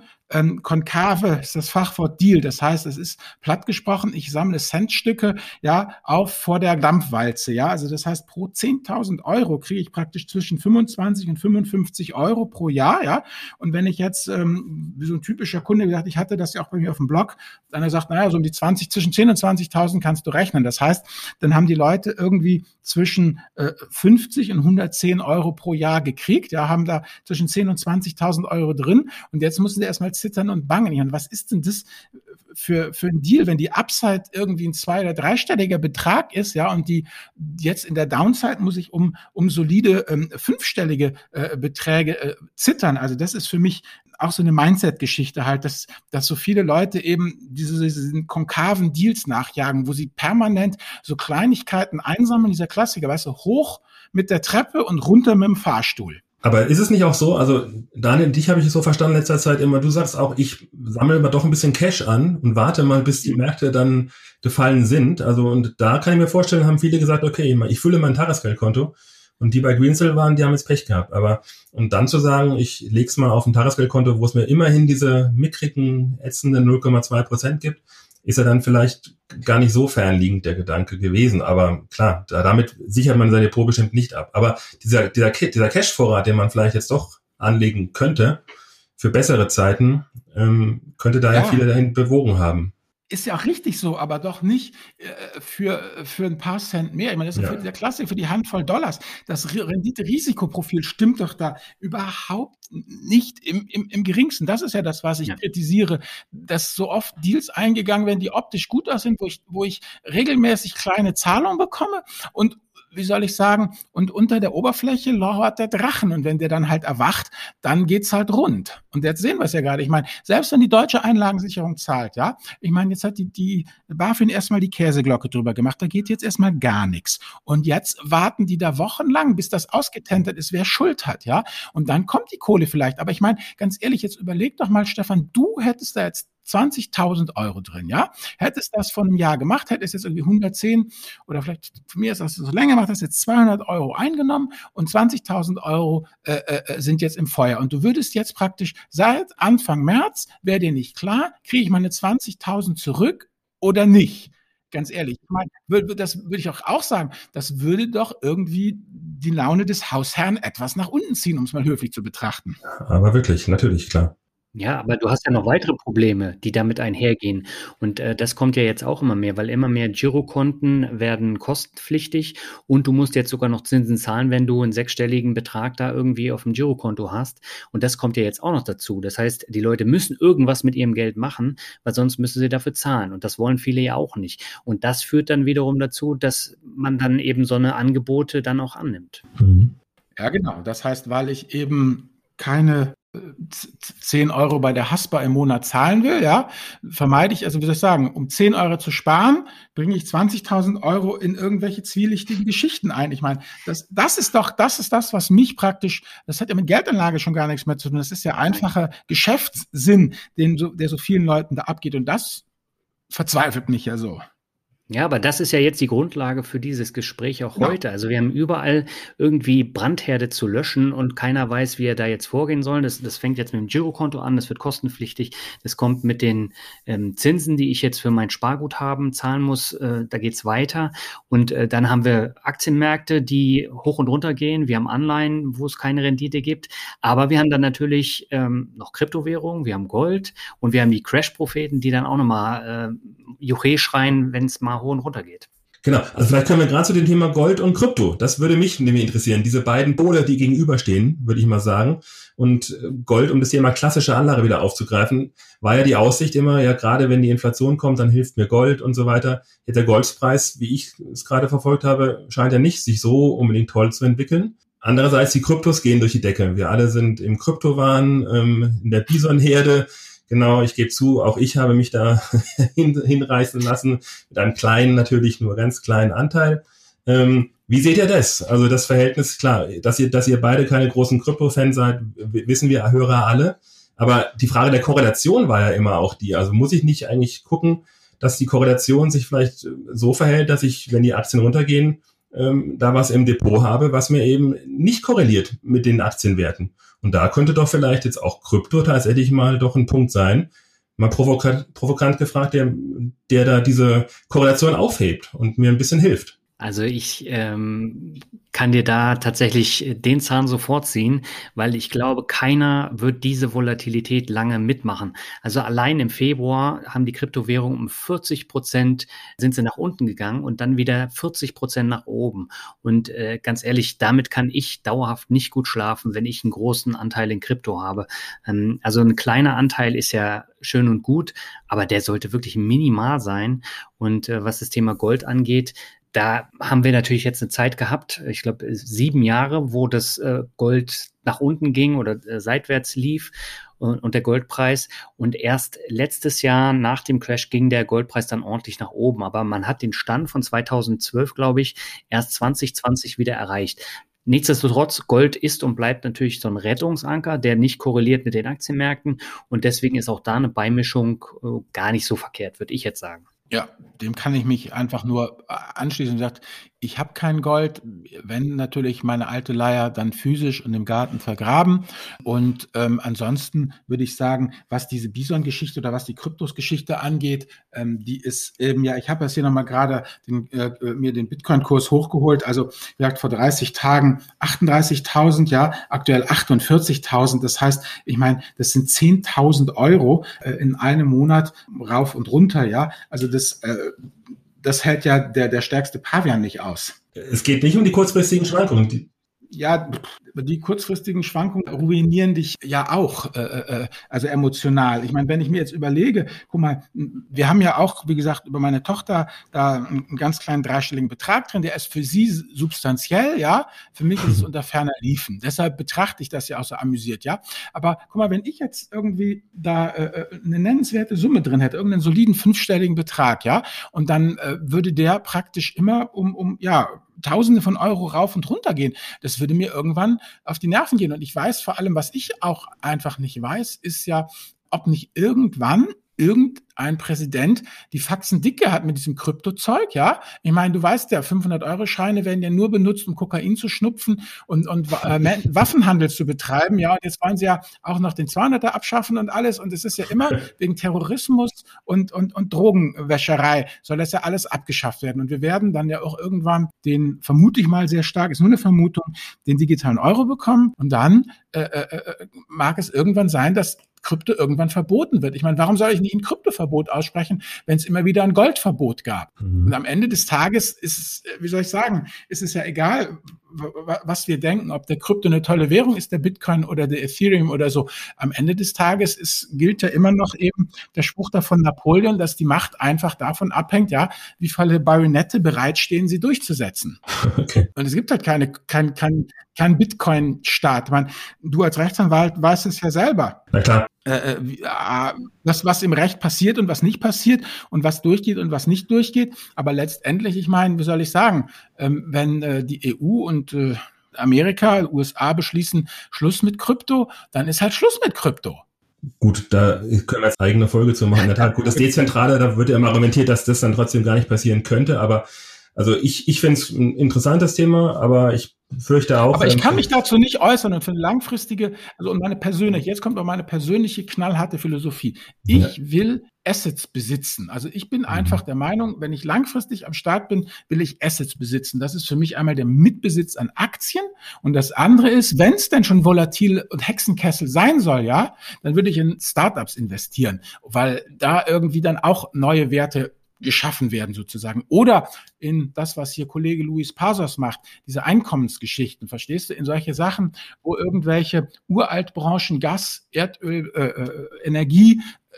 konkave ist das Fachwort Deal. Das heißt, es ist platt gesprochen, ich sammle Centstücke, auf vor der Dampfwalze, Also das heißt, pro 10.000 Euro kriege ich praktisch zwischen 25 und 55 Euro pro Jahr, Und wenn ich jetzt, wie so ein typischer Kunde gesagt, ich hatte das ja auch bei mir auf dem Blog, dann sagt, so um die 20, zwischen 10 und 20.000 kannst du rechnen. Das heißt, dann haben die Leute irgendwie zwischen 50 und 110 Euro pro Jahr gekriegt, haben da zwischen 10 und 20.000 Euro drin. Und jetzt müssen sie erstmal zittern und bangen. Und was ist denn das für ein Deal, wenn die Upside irgendwie ein 2- oder 3-stelliger Betrag ist, und die jetzt in der Downside muss ich um solide 5-stellige Beträge zittern. Also das ist für mich auch so eine Mindset-Geschichte halt, dass so viele Leute eben diesen konkaven Deals nachjagen, wo sie permanent so Kleinigkeiten einsammeln, dieser Klassiker, hoch mit der Treppe und runter mit dem Fahrstuhl. Aber ist es nicht auch so, also Daniel, dich habe ich so verstanden in letzter Zeit immer, du sagst auch, ich sammle mal doch ein bisschen Cash an und warte mal, bis die Märkte dann gefallen sind. Also und da kann ich mir vorstellen, haben viele gesagt, okay, ich fülle mein Tagesgeldkonto. Und die bei Greensill waren, die haben jetzt Pech gehabt. Aber und dann zu sagen, ich leg's mal auf ein Tagesgeldkonto, wo es mir immerhin diese mickrigen, ätzenden 0,2% gibt, ist ja dann vielleicht gar nicht so fernliegend der Gedanke gewesen. Aber klar, damit sichert man sein Depot bestimmt nicht ab. Aber dieser Cash-Vorrat, den man vielleicht jetzt doch anlegen könnte, für bessere Zeiten, könnte da ja viele dahin bewogen haben. Ist ja auch richtig so, aber doch nicht für ein paar Cent mehr. Ich meine, das ist für der Klasse, für die Handvoll Dollars. Das Rendite-Risikoprofil stimmt doch da überhaupt nicht im geringsten. Das ist ja das, was ich kritisiere, dass so oft Deals eingegangen werden, die optisch gut aussehen, wo ich regelmäßig kleine Zahlungen bekomme und wie soll ich sagen, und unter der Oberfläche lauert der Drachen und wenn der dann halt erwacht, dann geht's halt rund. Und jetzt sehen wir es ja gerade. Ich meine, selbst wenn die deutsche Einlagensicherung zahlt, ich meine, jetzt hat die BaFin erstmal die Käseglocke drüber gemacht, da geht jetzt erstmal gar nichts. Und jetzt warten die da wochenlang, bis das ausgetendert ist, wer Schuld hat, Und dann kommt die Kohle vielleicht. Aber ich meine, ganz ehrlich, jetzt überleg doch mal, Stefan, du hättest da jetzt 20.000 Euro drin, Hättest das vor einem Jahr gemacht, hättest jetzt irgendwie 110 oder vielleicht, für mich ist das so länger gemacht, hast jetzt 200 Euro eingenommen und 20.000 Euro sind jetzt im Feuer. Und du würdest jetzt praktisch seit Anfang März, wäre dir nicht klar, kriege ich meine 20.000 zurück oder nicht? Ganz ehrlich, ich meine, das würde ich auch sagen, das würde doch irgendwie die Laune des Hausherrn etwas nach unten ziehen, um es mal höflich zu betrachten. Aber wirklich, natürlich, klar. Ja, aber du hast ja noch weitere Probleme, die damit einhergehen. Und das kommt ja jetzt auch immer mehr, weil immer mehr Girokonten werden kostenpflichtig und du musst jetzt sogar noch Zinsen zahlen, wenn du einen sechsstelligen Betrag da irgendwie auf dem Girokonto hast. Und das kommt ja jetzt auch noch dazu. Das heißt, die Leute müssen irgendwas mit ihrem Geld machen, weil sonst müssen sie dafür zahlen. Und das wollen viele ja auch nicht. Und das führt dann wiederum dazu, dass man dann eben so eine Angebote dann auch annimmt. Ja, genau. Das heißt, weil ich eben keine 10 Euro bei der Haspa im Monat zahlen will, ja, vermeide ich, also wie soll ich sagen, um 10 Euro zu sparen, bringe ich 20.000 Euro in irgendwelche zwielichtigen Geschichten ein. Ich meine, das ist das, was mich praktisch, das hat ja mit Geldanlage schon gar nichts mehr zu tun. Das ist ja einfacher Geschäftssinn, der so vielen Leuten da abgeht. Und das verzweifelt mich ja so. Ja, aber das ist ja jetzt die Grundlage für dieses Gespräch auch heute. Also wir haben überall irgendwie Brandherde zu löschen und keiner weiß, wie er da jetzt vorgehen soll. Das fängt jetzt mit dem Girokonto an, das wird kostenpflichtig. Das kommt mit den Zinsen, die ich jetzt für mein Sparguthaben zahlen muss. Da geht's weiter. Und dann haben wir Aktienmärkte, die hoch und runter gehen. Wir haben Anleihen, wo es keine Rendite gibt. Aber wir haben dann natürlich noch Kryptowährungen, wir haben Gold und wir haben die Crash-Propheten, die dann auch nochmal Juche schreien, wenn es mal hoch und runter geht. Genau, also vielleicht können wir gerade zu dem Thema Gold und Krypto, das würde mich nämlich interessieren, diese beiden Pole, die gegenüberstehen, würde ich mal sagen. Und Gold, um das Thema klassische Anlage wieder aufzugreifen, war ja die Aussicht immer, ja gerade wenn die Inflation kommt, dann hilft mir Gold und so weiter. Jetzt der Goldpreis, wie ich es gerade verfolgt habe, scheint ja nicht sich so unbedingt toll zu entwickeln. Andererseits, die Kryptos gehen durch die Decke. Wir alle sind im Kryptowahn, in der Bisonherde. Genau, ich gebe zu, auch ich habe mich da hinreißen lassen, mit einem kleinen, natürlich nur ganz kleinen Anteil. Wie seht ihr das? Also das Verhältnis, klar, dass ihr beide keine großen Krypto-Fans seid, wissen wir Hörer alle. Aber die Frage der Korrelation war ja immer auch die. Also muss ich nicht eigentlich gucken, dass die Korrelation sich vielleicht so verhält, dass ich, wenn die Aktien runtergehen, da was im Depot habe, was mir eben nicht korreliert mit den Aktienwerten. Und da könnte doch vielleicht jetzt auch Krypto tatsächlich mal doch ein Punkt sein, mal provokant gefragt, der da diese Korrelation aufhebt und mir ein bisschen hilft. Also ich kann dir da tatsächlich den Zahn sofort ziehen, weil ich glaube, keiner wird diese Volatilität lange mitmachen. Also allein im Februar haben die Kryptowährungen um 40% sind sie nach unten gegangen und dann wieder 40% nach oben. Und ganz ehrlich, damit kann ich dauerhaft nicht gut schlafen, wenn ich einen großen Anteil in Krypto habe. Also ein kleiner Anteil ist ja schön und gut, aber der sollte wirklich minimal sein. Und was das Thema Gold angeht, da haben wir natürlich jetzt eine Zeit gehabt, ich glaube 7 Jahre, wo das Gold nach unten ging oder seitwärts lief und der Goldpreis. Und erst letztes Jahr nach dem Crash ging der Goldpreis dann ordentlich nach oben. Aber man hat den Stand von 2012, glaube ich, erst 2020 wieder erreicht. Nichtsdestotrotz, Gold ist und bleibt natürlich so ein Rettungsanker, der nicht korreliert mit den Aktienmärkten. Und deswegen ist auch da eine Beimischung gar nicht so verkehrt, würde ich jetzt sagen. Ja, dem kann ich mich einfach nur anschließen und sagt, ich habe kein Gold, wenn natürlich meine alte Leier dann physisch und im Garten vergraben. Und ansonsten würde ich sagen, was diese Bison-Geschichte oder was die Kryptos-Geschichte angeht, die ist eben, ja, ich habe jetzt hier nochmal gerade mir den Bitcoin-Kurs hochgeholt, also wie gesagt, vor 30 Tagen 38.000, ja, aktuell 48.000. Das heißt, ich meine, das sind 10.000 Euro in einem Monat rauf und runter, ja. Also das hält ja der stärkste Pavian nicht aus. Es geht nicht um die kurzfristigen Schwankungen. Ja, die kurzfristigen Schwankungen ruinieren dich ja auch, also emotional. Ich meine, wenn ich mir jetzt überlege, guck mal, wir haben ja auch, wie gesagt, über meine Tochter da einen ganz kleinen dreistelligen Betrag drin, der ist für sie substanziell, ja, für mich ist es unter ferner Liefen. Deshalb betrachte ich das ja auch so amüsiert, ja. Aber guck mal, wenn ich jetzt irgendwie da eine nennenswerte Summe drin hätte, irgendeinen soliden 5-stelligen Betrag, ja, und dann würde der praktisch immer um Tausende von Euro rauf und runter gehen. Das würde mir irgendwann auf die Nerven gehen. Und ich weiß vor allem, was ich auch einfach nicht weiß, ist ja, ob nicht irgendwann irgendein Präsident die Faxen dicke hat mit diesem Kryptozeug, ja. Ich meine, du weißt ja, 500-Euro-Scheine werden ja nur benutzt, um Kokain zu schnupfen und Waffenhandel zu betreiben, ja. Und jetzt wollen sie ja auch noch den 200er abschaffen und alles. Und es ist ja immer wegen Terrorismus und Drogenwäscherei soll das ja alles abgeschafft werden. Und wir werden dann ja auch irgendwann den, vermute ich mal sehr stark, ist nur eine Vermutung, den digitalen Euro bekommen. Und dann mag es irgendwann sein, dass Krypto irgendwann verboten wird. Ich meine, warum soll ich nicht ein Kryptoverbot aussprechen, wenn es immer wieder ein Goldverbot gab? Und am Ende des Tages ist es, wie soll ich sagen, ist es ja egal, was wir denken, ob der Krypto eine tolle Währung ist, der Bitcoin oder der Ethereum oder so. Am Ende des Tages gilt ja immer noch eben der Spruch da von Napoleon, dass die Macht einfach davon abhängt, ja, wie viele Bajonette bereitstehen, sie durchzusetzen. Okay. Und es gibt halt kein Bitcoin-Staat. Ich meine, du als Rechtsanwalt weißt es ja selber. Na klar. Was im Recht passiert und was nicht passiert und was durchgeht und was nicht durchgeht. Aber letztendlich, ich meine, wie soll ich sagen, wenn die EU und Amerika, USA beschließen Schluss mit Krypto, dann ist halt Schluss mit Krypto. Gut, da können wir jetzt eigene Folge zu machen. In der Tat, gut, das Dezentrale, da wird ja immer argumentiert, dass das dann trotzdem gar nicht passieren könnte, aber also ich finde es ein interessantes Thema, aber ich fürchte auch. Aber ich kann mich dazu nicht äußern und für eine langfristige, also und meine persönliche, jetzt kommt auch meine persönliche knallharte Philosophie. Ich will Assets besitzen. Also ich bin einfach der Meinung, wenn ich langfristig am Start bin, will ich Assets besitzen. Das ist für mich einmal der Mitbesitz an Aktien und das andere ist, wenn es denn schon volatil und Hexenkessel sein soll, ja, dann würde ich in Startups investieren, weil da irgendwie dann auch neue Werte geschaffen werden sozusagen. Oder in das, was hier Kollege Luis Pasos macht, diese Einkommensgeschichten, verstehst du, in solche Sachen, wo irgendwelche Uraltbranchen, Gas, Erdöl, Energie,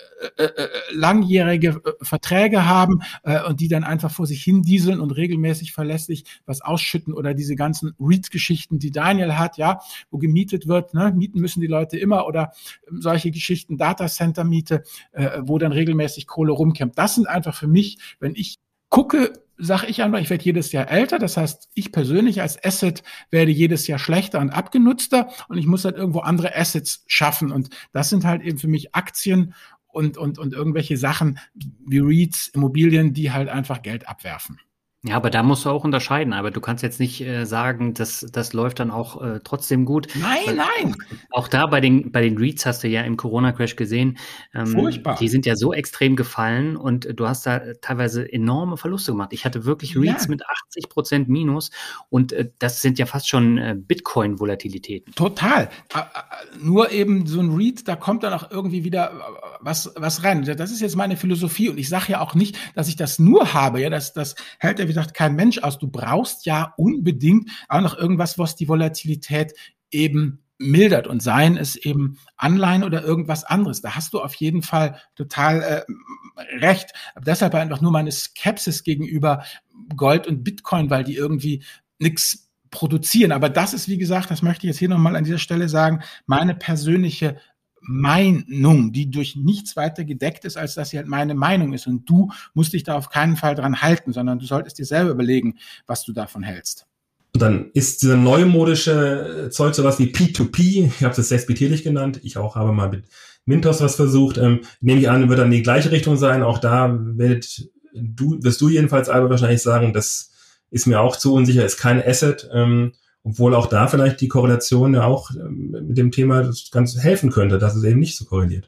langjährige Verträge haben und die dann einfach vor sich hin dieseln und regelmäßig verlässlich was ausschütten oder diese ganzen REIT-Geschichten, die Daniel hat, ja, wo gemietet wird, ne, mieten müssen die Leute immer oder solche Geschichten, Datacenter-Miete, wo dann regelmäßig Kohle rumkämpft. Das sind einfach für mich, wenn ich gucke, sage ich einfach, ich werde jedes Jahr älter, das heißt, ich persönlich als Asset werde jedes Jahr schlechter und abgenutzter und ich muss halt irgendwo andere Assets schaffen und das sind halt eben für mich Aktien und irgendwelche Sachen wie REITs, Immobilien, die halt einfach Geld abwerfen. Ja, aber da musst du auch unterscheiden. Aber du kannst jetzt nicht sagen, das läuft dann auch trotzdem gut. Nein. Auch da bei den REITs hast du ja im Corona-Crash gesehen, furchtbar. Die sind ja so extrem gefallen und du hast da teilweise enorme Verluste gemacht. Ich hatte wirklich REITs mit 80% Minus und das sind ja fast schon Bitcoin-Volatilitäten. Total. Nur eben so ein REIT, da kommt dann auch irgendwie wieder was rein. Das ist jetzt meine Philosophie und ich sage ja auch nicht, dass ich das nur habe. Ja, das hält ja, wie gesagt, kein Mensch aus. Du brauchst ja unbedingt auch noch irgendwas, was die Volatilität eben mildert und seien es eben Anleihen oder irgendwas anderes. Da hast du auf jeden Fall total recht. Aber deshalb einfach nur meine Skepsis gegenüber Gold und Bitcoin, weil die irgendwie nichts produzieren. Aber das ist, wie gesagt, das möchte ich jetzt hier nochmal an dieser Stelle sagen, meine persönliche Meinung, die durch nichts weiter gedeckt ist, als dass sie halt meine Meinung ist. Und du musst dich da auf keinen Fall dran halten, sondern du solltest dir selber überlegen, was du davon hältst. Und dann ist dieser neumodische Zeug sowas wie P2P, ich habe es despektierlich genannt, ich auch habe mal mit Mintos was versucht, nehme ich an, wird dann die gleiche Richtung sein. Auch da wirst du jedenfalls, Albert, wahrscheinlich sagen, das ist mir auch zu unsicher, ist kein Asset, obwohl auch da vielleicht die Korrelation ja auch mit dem Thema das Ganze helfen könnte, dass es eben nicht so korreliert.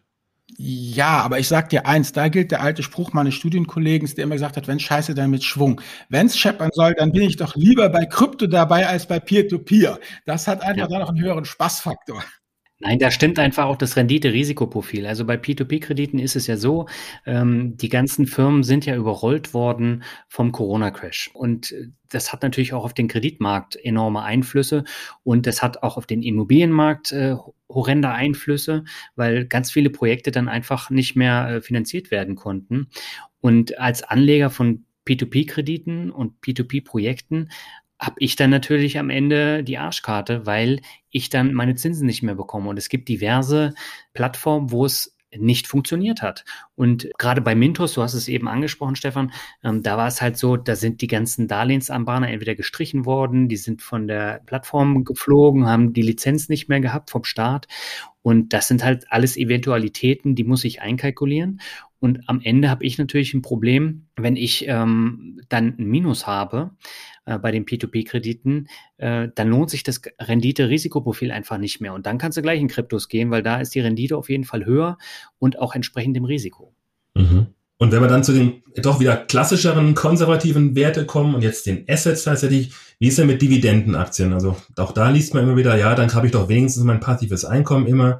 Ja, aber ich sag dir eins, da gilt der alte Spruch meines Studienkollegen, der immer gesagt hat, wenn Scheiße, dann mit Schwung. Wenn's scheppern soll, dann bin ich doch lieber bei Krypto dabei als bei Peer-to-Peer. Das hat einfach da noch einen höheren Spaßfaktor. Nein, da stimmt einfach auch das Rendite-Risikoprofil. Also bei P2P-Krediten ist es ja so, die ganzen Firmen sind ja überrollt worden vom Corona-Crash. Und das hat natürlich auch auf den Kreditmarkt enorme Einflüsse und das hat auch auf den Immobilienmarkt horrende Einflüsse, weil ganz viele Projekte dann einfach nicht mehr finanziert werden konnten. Und als Anleger von P2P-Krediten und P2P-Projekten habe ich dann natürlich am Ende die Arschkarte, weil ich dann meine Zinsen nicht mehr bekomme. Und es gibt diverse Plattformen, wo es nicht funktioniert hat. Und gerade bei Mintos, du hast es eben angesprochen, Stefan, da war es halt so, da sind die ganzen Darlehensanbahner entweder gestrichen worden, die sind von der Plattform geflogen, haben die Lizenz nicht mehr gehabt vom Staat. Und das sind halt alles Eventualitäten, die muss ich einkalkulieren. Und am Ende habe ich natürlich ein Problem, wenn ich dann ein Minus habe bei den P2P-Krediten, dann lohnt sich das Rendite-Risikoprofil einfach nicht mehr. Und dann kannst du gleich in Kryptos gehen, weil da ist die Rendite auf jeden Fall höher und auch entsprechend dem Risiko. Mhm. Und wenn wir dann zu den doch wieder klassischeren konservativen Werte kommen und jetzt den Assets tatsächlich, wie ist denn mit Dividendenaktien? Also auch da liest man immer wieder, ja, dann habe ich doch wenigstens mein passives Einkommen immer.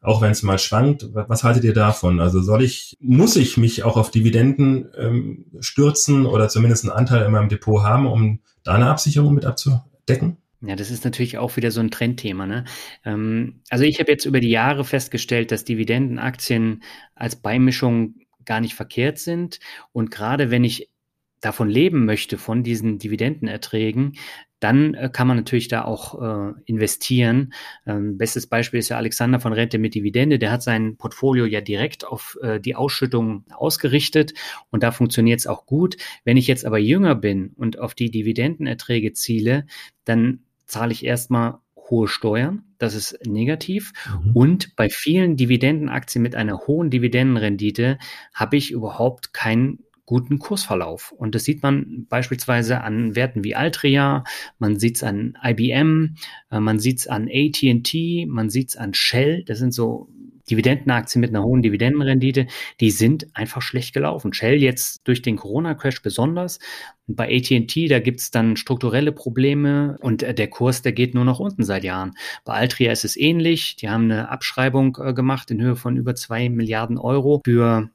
auch wenn es mal schwankt. Was haltet ihr davon? Also muss ich mich auch auf Dividenden stürzen oder zumindest einen Anteil in meinem Depot haben, um da eine Absicherung mit abzudecken? Ja, das ist natürlich auch wieder so ein Trendthema, ne? Also ich habe jetzt über die Jahre festgestellt, dass Dividendenaktien als Beimischung gar nicht verkehrt sind. Und gerade wenn ich davon leben möchte, von diesen Dividendenerträgen, dann kann man natürlich da auch investieren. Bestes Beispiel ist ja Alexander von Rente mit Dividende. Der hat sein Portfolio ja direkt auf die Ausschüttung ausgerichtet und da funktioniert es auch gut. Wenn ich jetzt aber jünger bin und auf die Dividendenerträge ziele, dann zahle ich erstmal hohe Steuern. Das ist negativ. Und bei vielen Dividendenaktien mit einer hohen Dividendenrendite habe ich überhaupt keinen guten Kursverlauf. Und das sieht man beispielsweise an Werten wie Altria, man sieht es an IBM, man sieht es an AT&T, man sieht es an Shell. Das sind so Dividendenaktien mit einer hohen Dividendenrendite, die sind einfach schlecht gelaufen. Shell jetzt durch den Corona-Crash besonders. Und bei AT&T, da gibt's dann strukturelle Probleme und der Kurs, der geht nur nach unten seit Jahren. Bei Altria ist es ähnlich. Die haben eine Abschreibung gemacht in Höhe von über 2 Milliarden Euro für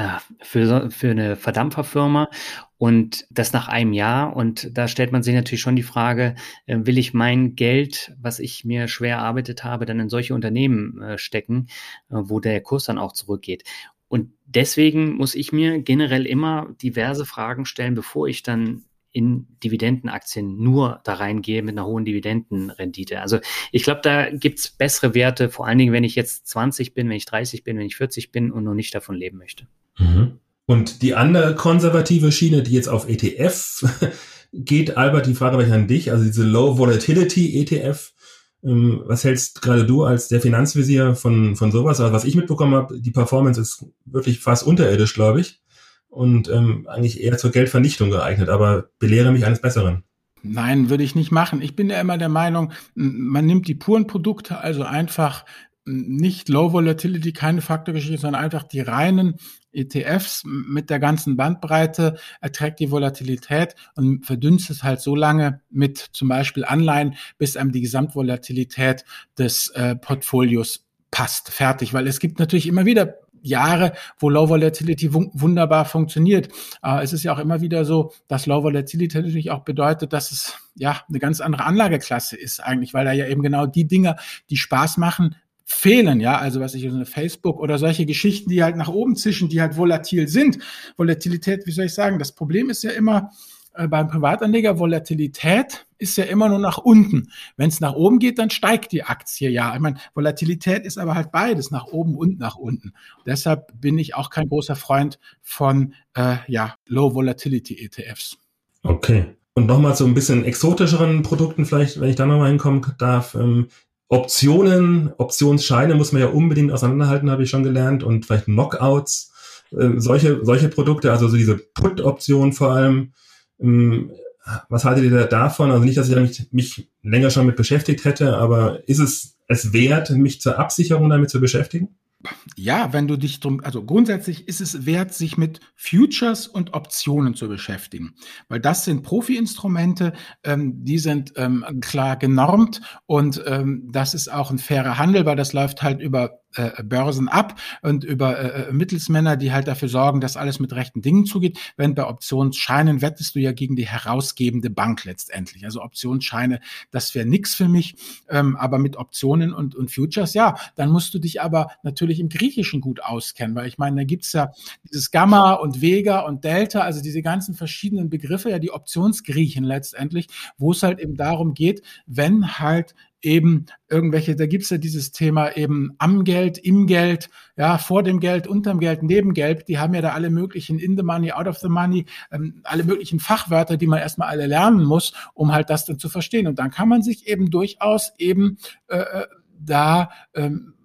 eine Verdampferfirma und das nach einem Jahr. Und da stellt man sich natürlich schon die Frage, will ich mein Geld, was ich mir schwer erarbeitet habe, dann in solche Unternehmen stecken, wo der Kurs dann auch zurückgeht. Und deswegen muss ich mir generell immer diverse Fragen stellen, bevor ich dann in Dividendenaktien nur da reingehe mit einer hohen Dividendenrendite. Also ich glaube, da gibt's bessere Werte, vor allen Dingen, wenn ich jetzt 20 bin, wenn ich 30 bin, wenn ich 40 bin und noch nicht davon leben möchte. Und die andere konservative Schiene, die jetzt auf ETF geht, Albert, die Frage wäre an dich, also diese Low Volatility ETF, was hältst gerade du als der Finanzvisier von sowas? Also was ich mitbekommen habe, die Performance ist wirklich fast unterirdisch, glaube ich. Und eigentlich eher zur Geldvernichtung geeignet, aber belehre mich eines Besseren. Nein, würde ich nicht machen. Ich bin ja immer der Meinung, man nimmt die puren Produkte, also einfach nicht Low Volatility, keine Faktorgeschichte, sondern einfach die reinen ETFs mit der ganzen Bandbreite, erträgt die Volatilität und verdünnt es halt so lange mit zum Beispiel Anleihen, bis einem die Gesamtvolatilität des Portfolios passt. Fertig, weil es gibt natürlich immer wieder Jahre, wo Low Volatility wunderbar funktioniert. Es ist ja auch immer wieder so, dass Low Volatility natürlich auch bedeutet, dass es ja eine ganz andere Anlageklasse ist eigentlich, weil da ja eben genau die Dinge, die Spaß machen, fehlen, ja, also was ich so eine Facebook oder solche Geschichten, die halt nach oben zischen, die halt volatil sind. Volatilität, wie soll ich sagen, das Problem ist ja immer beim Privatanleger, Volatilität ist ja immer nur nach unten. Wenn es nach oben geht, dann steigt die Aktie, ja. Ich meine, Volatilität ist aber halt beides, nach oben und nach unten. Und deshalb bin ich auch kein großer Freund von Low Volatility ETFs. Okay. Und nochmal zu ein bisschen exotischeren Produkten vielleicht, wenn ich da nochmal hinkommen darf. Optionsscheine muss man ja unbedingt auseinanderhalten, habe ich schon gelernt, und vielleicht Knockouts, solche Produkte, also so diese Put-Option vor allem. Was haltet ihr davon? Also nicht, dass ich mich länger schon mit beschäftigt hätte, aber ist es wert, mich zur Absicherung damit zu beschäftigen? Ja, wenn du dich also grundsätzlich ist es wert, sich mit Futures und Optionen zu beschäftigen, weil das sind Profi-Instrumente, die sind klar genormt und das ist auch ein fairer Handel, weil das läuft halt über Börsen ab und über Mittelsmänner, die halt dafür sorgen, dass alles mit rechten Dingen zugeht. Wenn bei Optionsscheinen wettest du ja gegen die herausgebende Bank letztendlich. Also Optionsscheine, das wäre nix für mich, aber mit Optionen und Futures, ja, dann musst du dich aber natürlich im Griechischen gut auskennen, weil ich meine, da gibt's ja dieses Gamma und Vega und Delta, also diese ganzen verschiedenen Begriffe, ja die Optionsgriechen letztendlich, wo es halt eben darum geht, wenn halt eben irgendwelche, da gibt's ja dieses Thema eben am Geld, im Geld, ja, vor dem Geld, unterm Geld, neben Geld, die haben ja da alle möglichen in the money, out of the money, alle möglichen Fachwörter, die man erstmal alle lernen muss, um halt das dann zu verstehen. Und dann kann man sich eben durchaus eben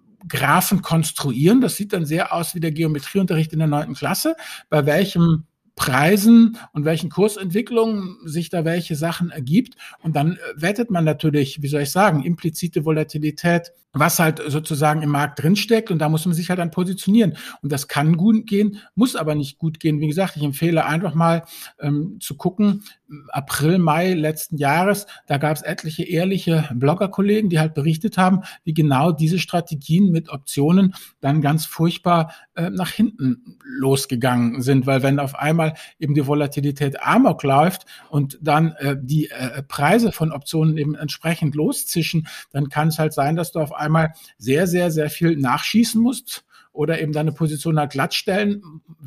Graphen konstruieren. Das sieht dann sehr aus wie der Geometrieunterricht in der 9. Klasse, bei welchem Preisen und welchen Kursentwicklungen sich da welche Sachen ergibt. Und dann wettet man natürlich, wie soll ich sagen, implizite Volatilität, was halt sozusagen im Markt drinsteckt. Und da muss man sich halt dann positionieren. Und das kann gut gehen, muss aber nicht gut gehen. Wie gesagt, ich empfehle einfach mal zu gucken, April, Mai letzten Jahres, da gab es etliche ehrliche Bloggerkollegen, die halt berichtet haben, wie genau diese Strategien mit Optionen dann ganz furchtbar nach hinten losgegangen sind. Weil wenn auf einmal eben die Volatilität Amok läuft und dann die Preise von Optionen eben entsprechend loszischen, dann kann es halt sein, dass du auf einmal sehr, sehr, sehr viel nachschießen musst oder eben deine Position halt glattstellen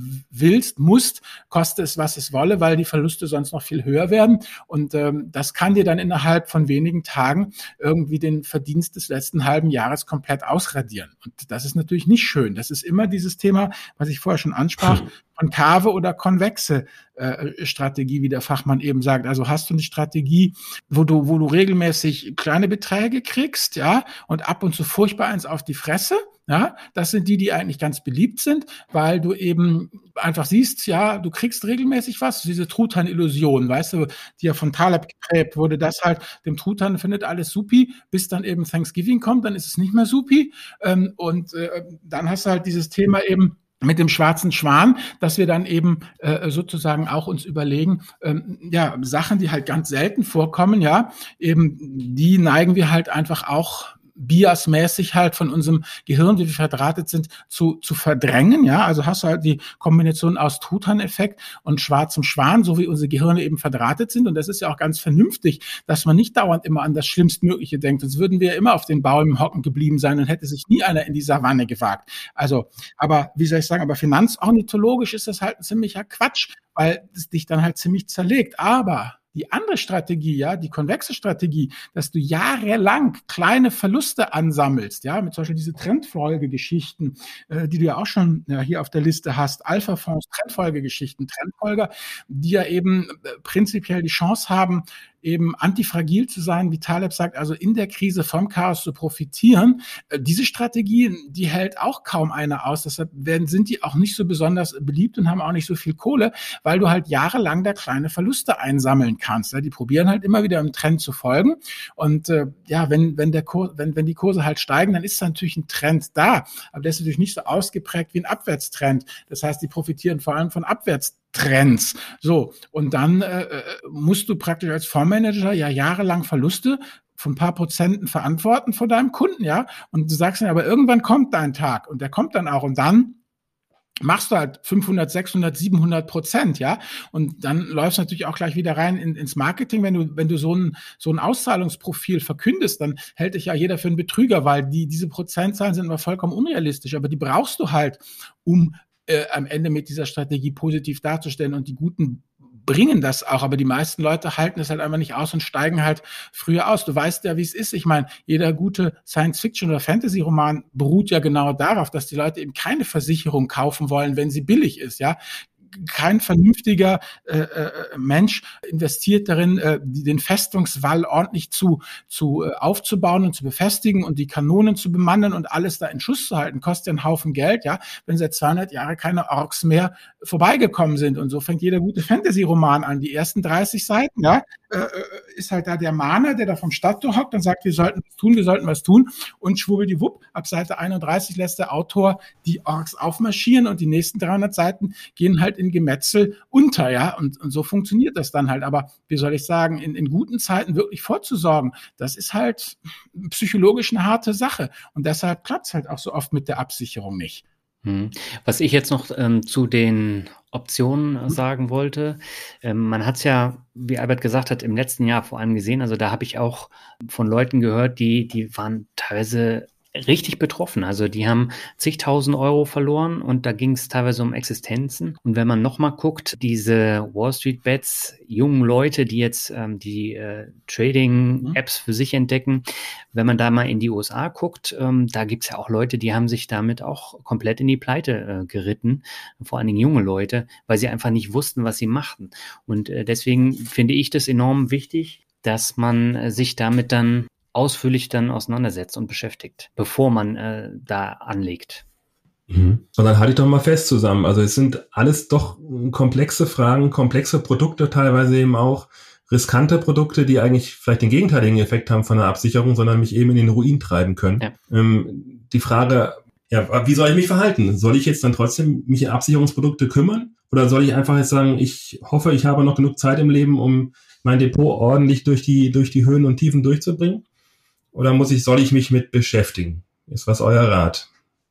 musst, koste es, was es wolle, weil die Verluste sonst noch viel höher werden. Und das kann dir dann innerhalb von wenigen Tagen irgendwie den Verdienst des letzten halben Jahres komplett ausradieren. Und das ist natürlich nicht schön. Das ist immer dieses Thema, was ich vorher schon ansprach, konkave oder konvexe Strategie, wie der Fachmann eben sagt. Also hast du eine Strategie, wo du regelmäßig kleine Beträge kriegst, ja, und ab und zu furchtbar eins auf die Fresse. Ja, das sind die eigentlich ganz beliebt sind, weil du eben einfach siehst, ja, du kriegst regelmäßig was, diese Truthahn-Illusion, weißt du, die ja von Taleb geprägt wurde, das halt, dem Truthahn findet alles supi, bis dann eben Thanksgiving kommt, dann ist es nicht mehr supi, und dann hast du halt dieses Thema eben mit dem schwarzen Schwan, dass wir dann eben sozusagen auch uns überlegen, ja, Sachen, die halt ganz selten vorkommen, ja, eben die neigen wir halt einfach auch biasmäßig halt von unserem Gehirn, wie wir verdrahtet sind, zu verdrängen, ja, also hast du halt die Kombination aus Truthahn-Effekt und schwarzem Schwan, so wie unsere Gehirne eben verdrahtet sind, und das ist ja auch ganz vernünftig, dass man nicht dauernd immer an das Schlimmstmögliche denkt, sonst würden wir ja immer auf den Bäumen hocken geblieben sein und hätte sich nie einer in die Savanne gewagt. Also, aber wie soll ich sagen, aber finanzornithologisch ist das halt ein ziemlicher Quatsch, weil es dich dann halt ziemlich zerlegt, aber die andere Strategie, ja, die konvexe Strategie, dass du jahrelang kleine Verluste ansammelst, ja, mit zum Beispiel diese Trendfolgegeschichten, die du ja auch schon hier auf der Liste hast, Alpha-Fonds, Trendfolgegeschichten, Trendfolger, die ja eben prinzipiell die Chance haben, eben antifragil zu sein, wie Taleb sagt, also in der Krise vom Chaos zu profitieren. Diese Strategie, die hält auch kaum einer aus. Deshalb sind die auch nicht so besonders beliebt und haben auch nicht so viel Kohle, weil du halt jahrelang da kleine Verluste einsammeln kannst. Ja, die probieren halt immer wieder im Trend zu folgen. Und ja, wenn die Kurse halt steigen, dann ist da natürlich ein Trend da. Aber der ist natürlich nicht so ausgeprägt wie ein Abwärtstrend. Das heißt, die profitieren vor allem von Abwärtstrends. So, und dann musst du praktisch als Fondsmanager ja jahrelang Verluste von ein paar Prozenten verantworten vor deinem Kunden, ja. Und du sagst dann, aber irgendwann kommt dein Tag und der kommt dann auch und dann machst du halt 500, 600, 700%, ja. Und dann läufst du natürlich auch gleich wieder rein ins Marketing. Wenn du so ein Auszahlungsprofil verkündest, dann hält dich ja jeder für einen Betrüger, weil diese Prozentzahlen sind immer vollkommen unrealistisch. Aber die brauchst du halt, um am Ende mit dieser Strategie positiv darzustellen, und die Guten bringen das auch, aber die meisten Leute halten es halt einfach nicht aus und steigen halt früher aus. Du weißt ja, wie es ist. Ich meine, jeder gute Science-Fiction- oder Fantasy-Roman beruht ja genau darauf, dass die Leute eben keine Versicherung kaufen wollen, wenn sie billig ist, ja. Kein vernünftiger Mensch investiert darin, den Festungswall ordentlich aufzubauen und zu befestigen und die Kanonen zu bemannen und alles da in Schuss zu halten. Kostet ja einen Haufen Geld, ja, wenn seit 200 Jahren keine Orks mehr vorbeigekommen sind. Und so fängt jeder gute Fantasy-Roman an. Die ersten 30 Seiten, ja, ist halt da der Mahner, der da vom Stadttor hockt und sagt, wir sollten was tun. Und schwubbeldiwupp, ab Seite 31 lässt der Autor die Orks aufmarschieren und die nächsten 300 Seiten gehen halt in Gemetzel unter, ja, und so funktioniert das dann halt. Aber wie soll ich sagen, in guten Zeiten wirklich vorzusorgen, das ist halt psychologisch eine harte Sache. Und deshalb klappt es halt auch so oft mit der Absicherung nicht. Was ich jetzt noch zu den Optionen sagen wollte, man hat es ja, wie Albert gesagt hat, im letzten Jahr vor allem gesehen, also da habe ich auch von Leuten gehört, die waren teilweise richtig betroffen. Also die haben zigtausend Euro verloren und da ging es teilweise um Existenzen. Und wenn man nochmal guckt, diese Wall Street Bets, jungen Leute, die jetzt die Trading-Apps für sich entdecken, wenn man da mal in die USA guckt, da gibt es ja auch Leute, die haben sich damit auch komplett in die Pleite geritten, vor allen Dingen junge Leute, weil sie einfach nicht wussten, was sie machten. Und deswegen finde ich das enorm wichtig, dass man sich damit dann ausführlich dann auseinandersetzt und beschäftigt, bevor man da anlegt. Und dann halte ich doch mal fest zusammen. Also es sind alles doch komplexe Fragen, komplexe Produkte, teilweise eben auch riskante Produkte, die eigentlich vielleicht den gegenteiligen Effekt haben von einer Absicherung, sondern mich eben in den Ruin treiben können. Ja. Die Frage, ja, wie soll ich mich verhalten? Soll ich jetzt dann trotzdem mich in Absicherungsprodukte kümmern? Oder soll ich einfach jetzt sagen, ich hoffe, ich habe noch genug Zeit im Leben, um mein Depot ordentlich durch die Höhen und Tiefen durchzubringen? Oder soll ich mich mit beschäftigen? Ist was euer Rat?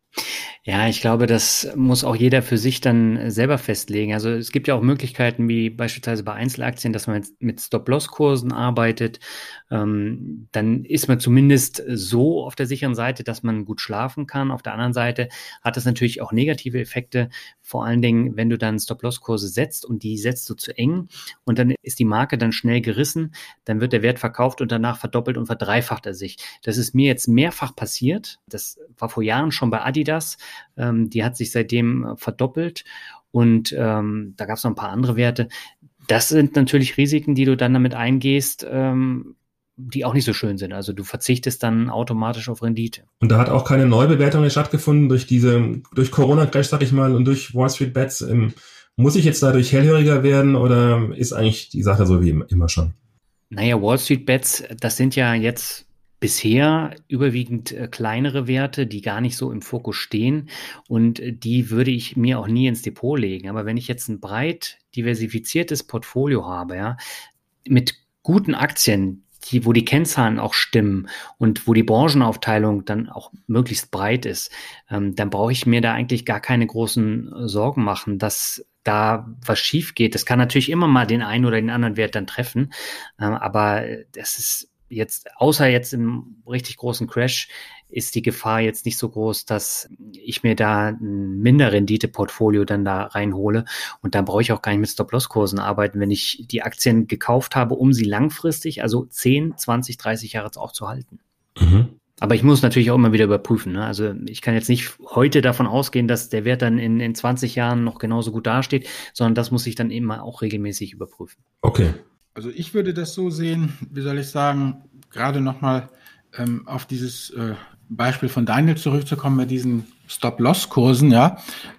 Ja, ich glaube, das muss auch jeder für sich dann selber festlegen. Also es gibt ja auch Möglichkeiten, wie beispielsweise bei Einzelaktien, dass man mit Stop-Loss-Kursen arbeitet. Dann ist man zumindest so auf der sicheren Seite, dass man gut schlafen kann. Auf der anderen Seite hat das natürlich auch negative Effekte, vor allen Dingen, wenn du dann Stop-Loss-Kurse setzt und die setzt du zu eng und dann ist die Marke dann schnell gerissen, dann wird der Wert verkauft und danach verdoppelt und verdreifacht er sich. Das ist mir jetzt mehrfach passiert. Das war vor Jahren schon bei Adidas. Die hat sich seitdem verdoppelt und da gab es noch ein paar andere Werte. Das sind natürlich Risiken, die du dann damit eingehst, die auch nicht so schön sind. Also du verzichtest dann automatisch auf Rendite. Und da hat auch keine Neubewertung stattgefunden durch Corona-Crash, sag ich mal, und durch Wall Street Bets. Muss ich jetzt dadurch hellhöriger werden oder ist eigentlich die Sache so wie immer schon? Naja, Wall Street Bets, das sind ja jetzt bisher überwiegend kleinere Werte, die gar nicht so im Fokus stehen und die würde ich mir auch nie ins Depot legen. Aber wenn ich jetzt ein breit diversifiziertes Portfolio habe, ja, mit guten Aktien, wo die Kennzahlen auch stimmen und wo die Branchenaufteilung dann auch möglichst breit ist, dann brauche ich mir da eigentlich gar keine großen Sorgen machen, dass da was schief geht. Das kann natürlich immer mal den einen oder den anderen Wert dann treffen, aber das ist außer jetzt im richtig großen Crash, ist die Gefahr jetzt nicht so groß, dass ich mir da ein Minderrendite-Portfolio dann da reinhole. Und dann brauche ich auch gar nicht mit Stop-Loss-Kursen arbeiten, wenn ich die Aktien gekauft habe, um sie langfristig, also 10, 20, 30 Jahre auch zu halten. Mhm. Aber ich muss natürlich auch immer wieder überprüfen. Ne? Also ich kann jetzt nicht heute davon ausgehen, dass der Wert dann in 20 Jahren noch genauso gut dasteht, sondern das muss ich dann immer auch regelmäßig überprüfen. Okay. Also ich würde das so sehen, wie soll ich sagen, gerade nochmal auf dieses Beispiel von Daniel zurückzukommen mit diesen Stop-Loss-Kursen, ja.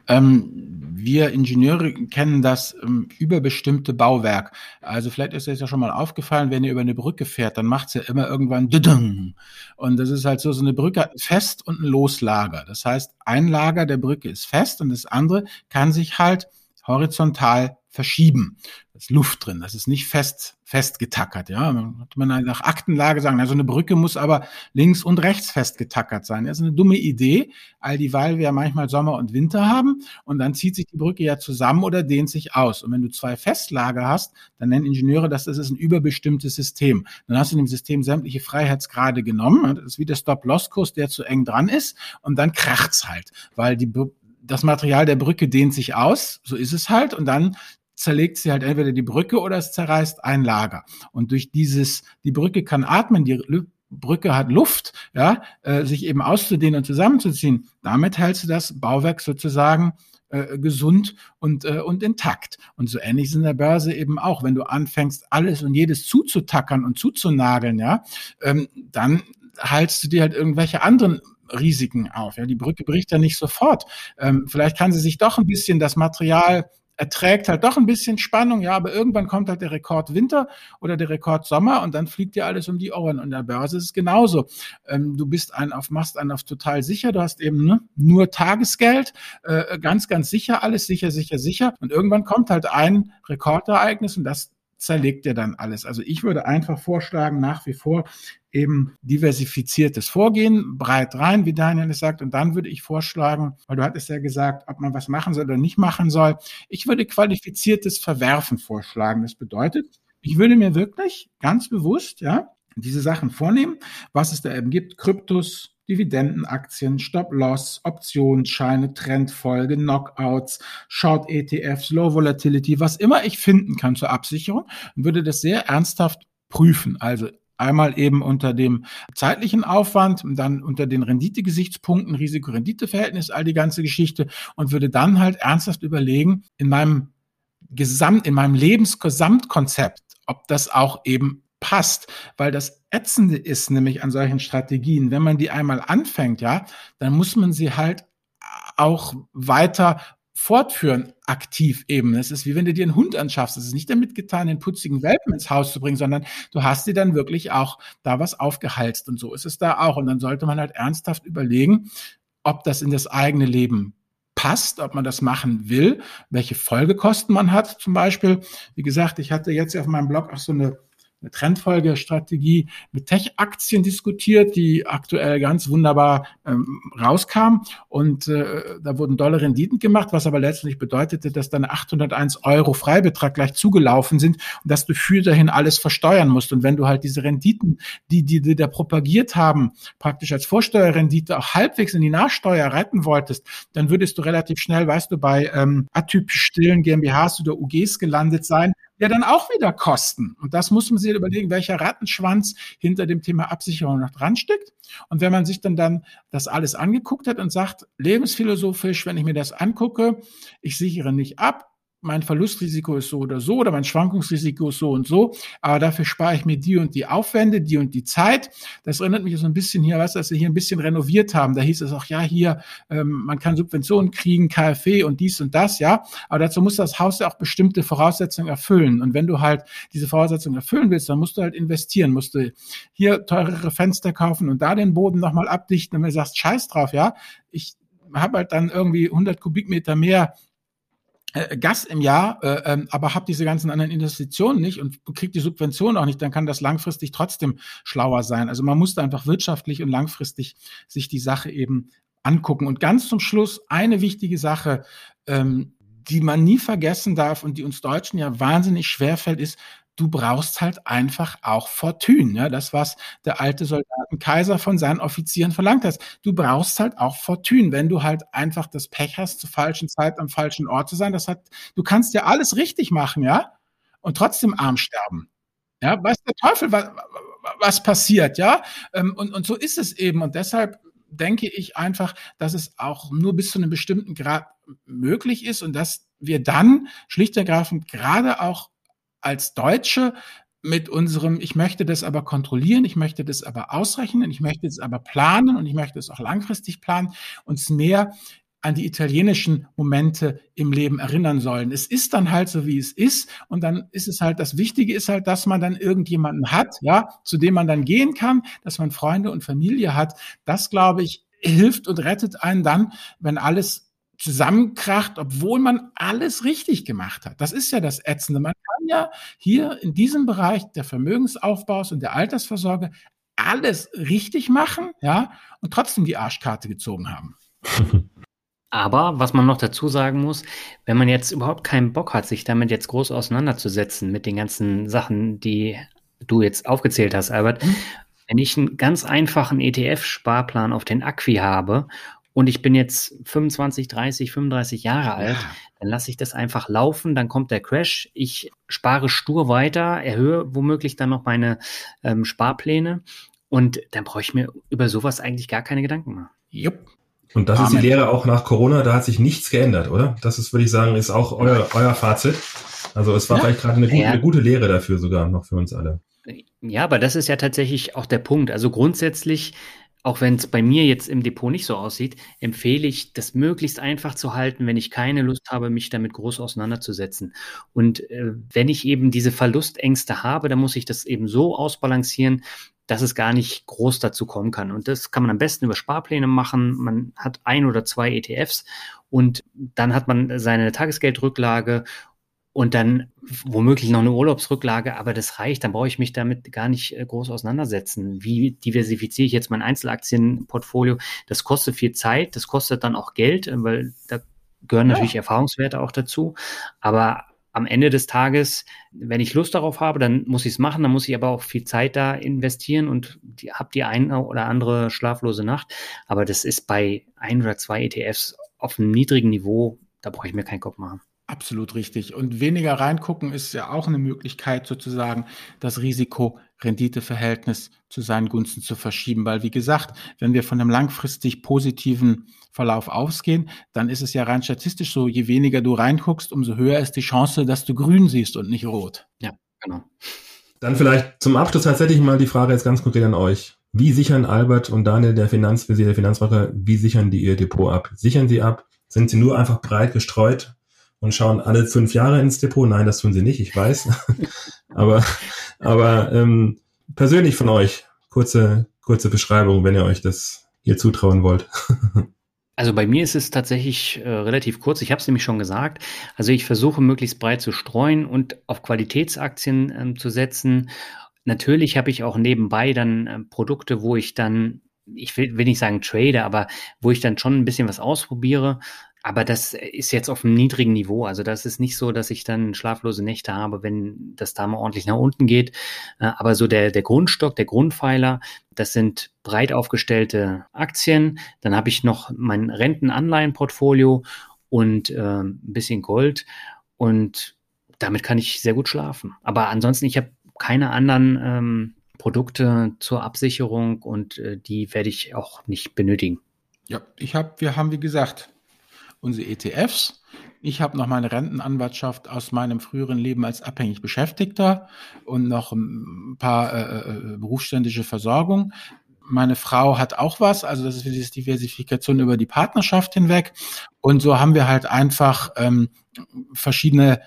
Wir Ingenieure kennen das über bestimmte Bauwerk. Also vielleicht ist es ja schon mal aufgefallen, wenn ihr über eine Brücke fährt, dann macht es ja immer irgendwann düdung. Und das ist halt so eine Brücke hat ein Fest- und ein Loslager. Das heißt, ein Lager der Brücke ist fest und das andere kann sich halt horizontal verschieben. Da ist Luft drin, das ist nicht festgetackert. Ja, man nach Aktenlage sagen, also eine Brücke muss aber links und rechts festgetackert sein. Das ist eine dumme Idee, all dieweil wir ja manchmal Sommer und Winter haben und dann zieht sich die Brücke ja zusammen oder dehnt sich aus. Und wenn du zwei Festlager hast, dann nennen Ingenieure das ist ein überbestimmtes System. Dann hast du in dem System sämtliche Freiheitsgrade genommen. Das ist wie der Stop-Loss-Kurs, der zu eng dran ist und dann kracht's halt, weil das Material der Brücke dehnt sich aus, so ist es halt, und dann zerlegt sie halt entweder die Brücke oder es zerreißt ein Lager. Und durch die Brücke kann atmen, die Brücke hat Luft, ja, sich eben auszudehnen und zusammenzuziehen. Damit hältst du das Bauwerk sozusagen gesund und intakt. Und so ähnlich ist in der Börse eben auch. Wenn du anfängst, alles und jedes zuzutackern und zuzunageln, ja, dann haltst du dir halt irgendwelche anderen Risiken auf. Ja, die Brücke bricht ja nicht sofort. Vielleicht kann sie sich doch ein bisschen, das Material erträgt halt doch ein bisschen Spannung, ja, aber irgendwann kommt halt der Rekordwinter oder der Rekordsommer und dann fliegt dir alles um die Ohren. Und in der Börse ist es genauso. Du machst einen auf total sicher, du hast eben nur Tagesgeld, ganz, ganz sicher, alles sicher. Und irgendwann kommt halt ein Rekordereignis und das zerlegt dir dann alles. Also ich würde einfach vorschlagen, nach wie vor eben diversifiziertes Vorgehen, breit rein, wie Daniel es sagt. Und dann würde ich vorschlagen, weil du hattest ja gesagt, ob man was machen soll oder nicht machen soll. Ich würde qualifiziertes Verwerfen vorschlagen. Das bedeutet, ich würde mir wirklich ganz bewusst, ja, diese Sachen vornehmen, was es da eben gibt, Kryptos, Dividendenaktien, Stop-Loss, Optionsscheine, Trendfolge, Knockouts, Short-ETFs, Low Volatility, was immer ich finden kann zur Absicherung und würde das sehr ernsthaft prüfen. Also einmal eben unter dem zeitlichen Aufwand, dann unter den Rendite-Gesichtspunkten, Risiko-Rendite-Verhältnis, all die ganze Geschichte und würde dann halt ernsthaft überlegen, in meinem Lebensgesamtkonzept, ob das auch eben passt, weil das Ätzende ist nämlich an solchen Strategien, wenn man die einmal anfängt, ja, dann muss man sie halt auch weiter fortführen, aktiv eben. Es ist wie wenn du dir einen Hund anschaffst. Es ist nicht damit getan, den putzigen Welpen ins Haus zu bringen, sondern du hast dir dann wirklich auch da was aufgehalst und so ist es da auch. Und dann sollte man halt ernsthaft überlegen, ob das in das eigene Leben passt, ob man das machen will, welche Folgekosten man hat zum Beispiel. Wie gesagt, ich hatte jetzt auf meinem Blog auch so eine Trendfolgestrategie mit Tech-Aktien diskutiert, die aktuell ganz wunderbar rauskam. Und da wurden dolle Renditen gemacht, was aber letztendlich bedeutete, dass dann 801 € Freibetrag gleich zugelaufen sind und dass du für dahin alles versteuern musst. Und wenn du halt diese Renditen, die da propagiert haben, praktisch als Vorsteuerrendite auch halbwegs in die Nachsteuer retten wolltest, dann würdest du relativ schnell, weißt du, bei atypisch stillen GmbHs oder UGs gelandet sein, ja dann auch wieder kosten. Und das muss man sich überlegen, welcher Rattenschwanz hinter dem Thema Absicherung noch dran steckt. Und wenn man sich dann das alles angeguckt hat und sagt, lebensphilosophisch, wenn ich mir das angucke, ich sichere nicht ab, mein Verlustrisiko ist so oder mein Schwankungsrisiko ist so und so, aber dafür spare ich mir die und die Aufwände, die und die Zeit. Das erinnert mich so ein bisschen hier, weißt du, dass wir hier ein bisschen renoviert haben. Da hieß es auch, ja, hier, man kann Subventionen kriegen, KfW und dies und das, ja. Aber dazu muss das Haus ja auch bestimmte Voraussetzungen erfüllen. Und wenn du halt diese Voraussetzungen erfüllen willst, dann musst du halt investieren, musst du hier teurere Fenster kaufen und da den Boden nochmal abdichten. Und wenn du sagst, scheiß drauf, ja, ich habe halt dann irgendwie 100 Kubikmeter mehr Gas im Jahr, aber habe diese ganzen anderen Investitionen nicht und kriegt die Subvention auch nicht, dann kann das langfristig trotzdem schlauer sein. Also man muss da einfach wirtschaftlich und langfristig sich die Sache eben angucken. Und ganz zum Schluss eine wichtige Sache, die man nie vergessen darf und die uns Deutschen ja wahnsinnig schwerfällt, ist, du brauchst halt einfach auch Fortune. Ja, das, was der alte Soldatenkaiser von seinen Offizieren verlangt hat. Du brauchst halt auch Fortune, wenn du halt einfach das Pech hast, zur falschen Zeit am falschen Ort zu sein. Du kannst ja alles richtig machen, ja, und trotzdem arm sterben. Ja, weiß der Teufel, was passiert, ja? Und so ist es eben. Und deshalb denke ich einfach, dass es auch nur bis zu einem bestimmten Grad möglich ist und dass wir dann schlicht und ergreifend gerade auch als Deutsche mit unserem, ich möchte das aber kontrollieren, ich möchte das aber ausrechnen, ich möchte es aber planen und ich möchte es auch langfristig planen, uns mehr an die italienischen Momente im Leben erinnern sollen. Es ist dann halt so, wie es ist und dann ist es halt, das Wichtige ist halt, dass man dann irgendjemanden hat, ja, zu dem man dann gehen kann, dass man Freunde und Familie hat. Das, glaube ich, hilft und rettet einen dann, wenn alles zusammenkracht, obwohl man alles richtig gemacht hat. Das ist ja das Ätzende. Man kann ja hier in diesem Bereich der Vermögensaufbaus und der Altersvorsorge alles richtig machen, ja, und trotzdem die Arschkarte gezogen haben. Aber was man noch dazu sagen muss, wenn man jetzt überhaupt keinen Bock hat, sich damit jetzt groß auseinanderzusetzen mit den ganzen Sachen, die du jetzt aufgezählt hast, Albert, wenn ich einen ganz einfachen ETF-Sparplan auf den Acquis habe und ich bin jetzt 25, 30, 35 Jahre alt, dann lasse ich das einfach laufen, dann kommt der Crash, ich spare stur weiter, erhöhe womöglich dann noch meine Sparpläne und dann brauche ich mir über sowas eigentlich gar keine Gedanken machen. Jupp. Und das ist die Lehre auch nach Corona, da hat sich nichts geändert, oder? Das ist, würde ich sagen, ist auch euer Fazit. Also es war vielleicht gerade eine gute Lehre dafür sogar noch für uns alle. Ja, aber das ist ja tatsächlich auch der Punkt. Also grundsätzlich, auch wenn es bei mir jetzt im Depot nicht so aussieht, empfehle ich, das möglichst einfach zu halten, wenn ich keine Lust habe, mich damit groß auseinanderzusetzen. Und wenn ich eben diese Verlustängste habe, dann muss ich das eben so ausbalancieren, dass es gar nicht groß dazu kommen kann. Und das kann man am besten über Sparpläne machen. Man hat 1 oder 2 ETFs und dann hat man seine Tagesgeldrücklage und dann womöglich noch eine Urlaubsrücklage, aber das reicht, dann brauche ich mich damit gar nicht groß auseinandersetzen. Wie diversifiziere ich jetzt mein Einzelaktienportfolio? Das kostet viel Zeit, das kostet dann auch Geld, weil da gehören natürlich Erfahrungswerte auch dazu, aber am Ende des Tages, wenn ich Lust darauf habe, dann muss ich es machen, dann muss ich aber auch viel Zeit da investieren und habe die eine oder andere schlaflose Nacht. Aber das ist bei 1 oder 2 ETFs auf einem niedrigen Niveau, da brauche ich mir keinen Kopf machen. Absolut richtig. Und weniger reingucken ist ja auch eine Möglichkeit, sozusagen das Risiko-Rendite-Verhältnis zu seinen Gunsten zu verschieben. Weil, wie gesagt, wenn wir von einem langfristig positiven Verlauf ausgehen, dann ist es ja rein statistisch so, je weniger du reinguckst, umso höher ist die Chance, dass du grün siehst und nicht rot. Ja, genau. Dann vielleicht zum Abschluss tatsächlich mal die Frage jetzt ganz konkret an euch. Wie sichern Albert und Daniel, der Finanzberater, wie sichern die ihr Depot ab? Sichern sie ab? Sind sie nur einfach breit gestreut und schauen alle 5 Jahre ins Depot? Nein, das tun sie nicht, ich weiß. aber persönlich von euch, kurze Beschreibung, wenn ihr euch das hier zutrauen wollt. Also bei mir ist es tatsächlich relativ kurz. Ich habe es nämlich schon gesagt. Also ich versuche möglichst breit zu streuen und auf Qualitätsaktien zu setzen. Natürlich habe ich auch nebenbei dann Produkte, wo ich dann, ich will nicht sagen trade, aber wo ich dann schon ein bisschen was ausprobiere. Aber das ist jetzt auf einem niedrigen Niveau. Also das ist nicht so, dass ich dann schlaflose Nächte habe, wenn das da mal ordentlich nach unten geht. Aber so der Grundstock, der Grundpfeiler, das sind breit aufgestellte Aktien. Dann habe ich noch mein Rentenanleihenportfolio und ein bisschen Gold. Und damit kann ich sehr gut schlafen. Aber ansonsten, ich habe keine anderen Produkte zur Absicherung und die werde ich auch nicht benötigen. Ja, wir haben, wie gesagt, unsere ETFs. Ich habe noch meine Rentenanwartschaft aus meinem früheren Leben als abhängig Beschäftigter und noch ein paar berufsständische Versorgung. Meine Frau hat auch was, also das ist diese Diversifikation über die Partnerschaft hinweg. Und so haben wir halt einfach verschiedene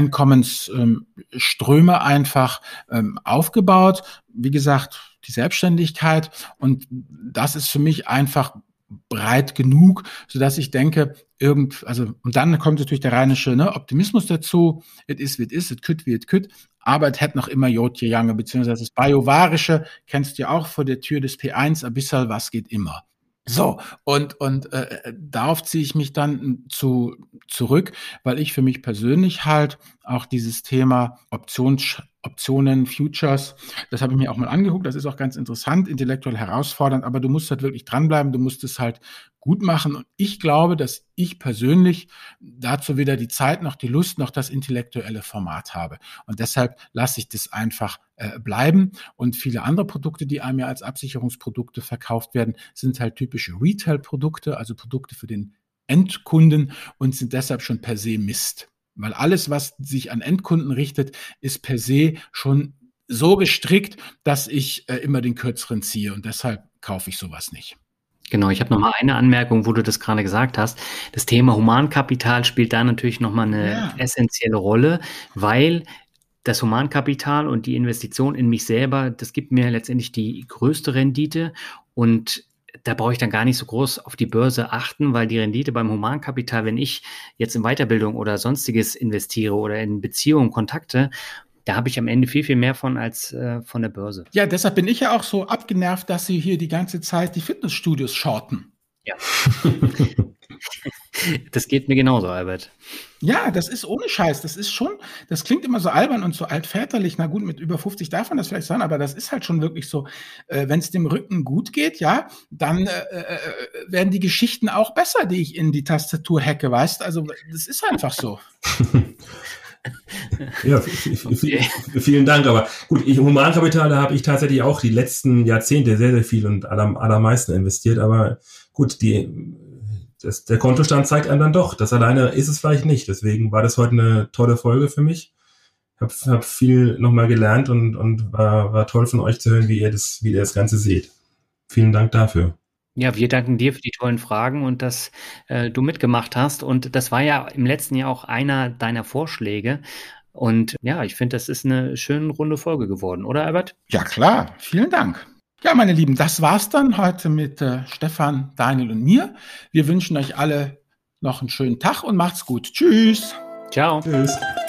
Einkommensströme einfach aufgebaut. Wie gesagt, die Selbstständigkeit. Und das ist für mich einfach breit genug, sodass ich denke, und dann kommt natürlich der rheinische Optimismus dazu. It is, wie it is, it could, wie it could. Aber es hat noch immer Jotje Jange, beziehungsweise das Biovarische, kennst du ja auch vor der Tür des P1, ein bisschen was geht immer. So, und darauf ziehe ich mich dann zurück, weil ich für mich persönlich halt auch dieses Thema Optionen, Futures, das habe ich mir auch mal angeguckt, das ist auch ganz interessant, intellektuell herausfordernd, aber du musst halt wirklich dranbleiben, du musst es halt gut machen und ich glaube, dass ich persönlich dazu weder die Zeit noch die Lust noch das intellektuelle Format habe und deshalb lasse ich das einfach bleiben und viele andere Produkte, die einem ja als Absicherungsprodukte verkauft werden, sind halt typische Retail-Produkte, also Produkte für den Endkunden und sind deshalb schon per se Mist. Weil alles, was sich an Endkunden richtet, ist per se schon so gestrickt, dass ich immer den Kürzeren ziehe und deshalb kaufe ich sowas nicht. Genau, ich habe noch mal eine Anmerkung, wo du das gerade gesagt hast. Das Thema Humankapital spielt da natürlich noch mal eine essentielle Rolle, weil das Humankapital und die Investition in mich selber, das gibt mir letztendlich die größte Rendite und da brauche ich dann gar nicht so groß auf die Börse achten, weil die Rendite beim Humankapital, wenn ich jetzt in Weiterbildung oder Sonstiges investiere oder in Beziehungen, Kontakte, da habe ich am Ende viel, viel mehr von als von der Börse. Ja, deshalb bin ich ja auch so abgenervt, dass sie hier die ganze Zeit die Fitnessstudios shorten. Ja. Das geht mir genauso, Albert. Ja, das ist ohne Scheiß. Das klingt immer so albern und so altväterlich. Na gut, mit über 50 darf man das vielleicht sagen, aber das ist halt schon wirklich so, wenn es dem Rücken gut geht, ja, dann werden die Geschichten auch besser, die ich in die Tastatur hacke, weißt? Also, das ist einfach so. Ja, vielen Dank. Aber gut, Humankapital, da habe ich tatsächlich auch die letzten Jahrzehnte sehr, sehr viel und allermeisten investiert. Aber gut, der Kontostand zeigt einem dann doch. Das alleine ist es vielleicht nicht. Deswegen war das heute eine tolle Folge für mich. Hab viel nochmal gelernt und war toll von euch zu hören, wie ihr das Ganze seht. Vielen Dank dafür. Ja, wir danken dir für die tollen Fragen und dass du mitgemacht hast. Und das war ja im letzten Jahr auch einer deiner Vorschläge. Und ja, ich finde, das ist eine schöne runde Folge geworden, oder Albert? Ja, klar. Vielen Dank. Ja, meine Lieben, das war's dann heute mit Stefan, Daniel und mir. Wir wünschen euch alle noch einen schönen Tag und macht's gut. Tschüss. Ciao. Tschüss.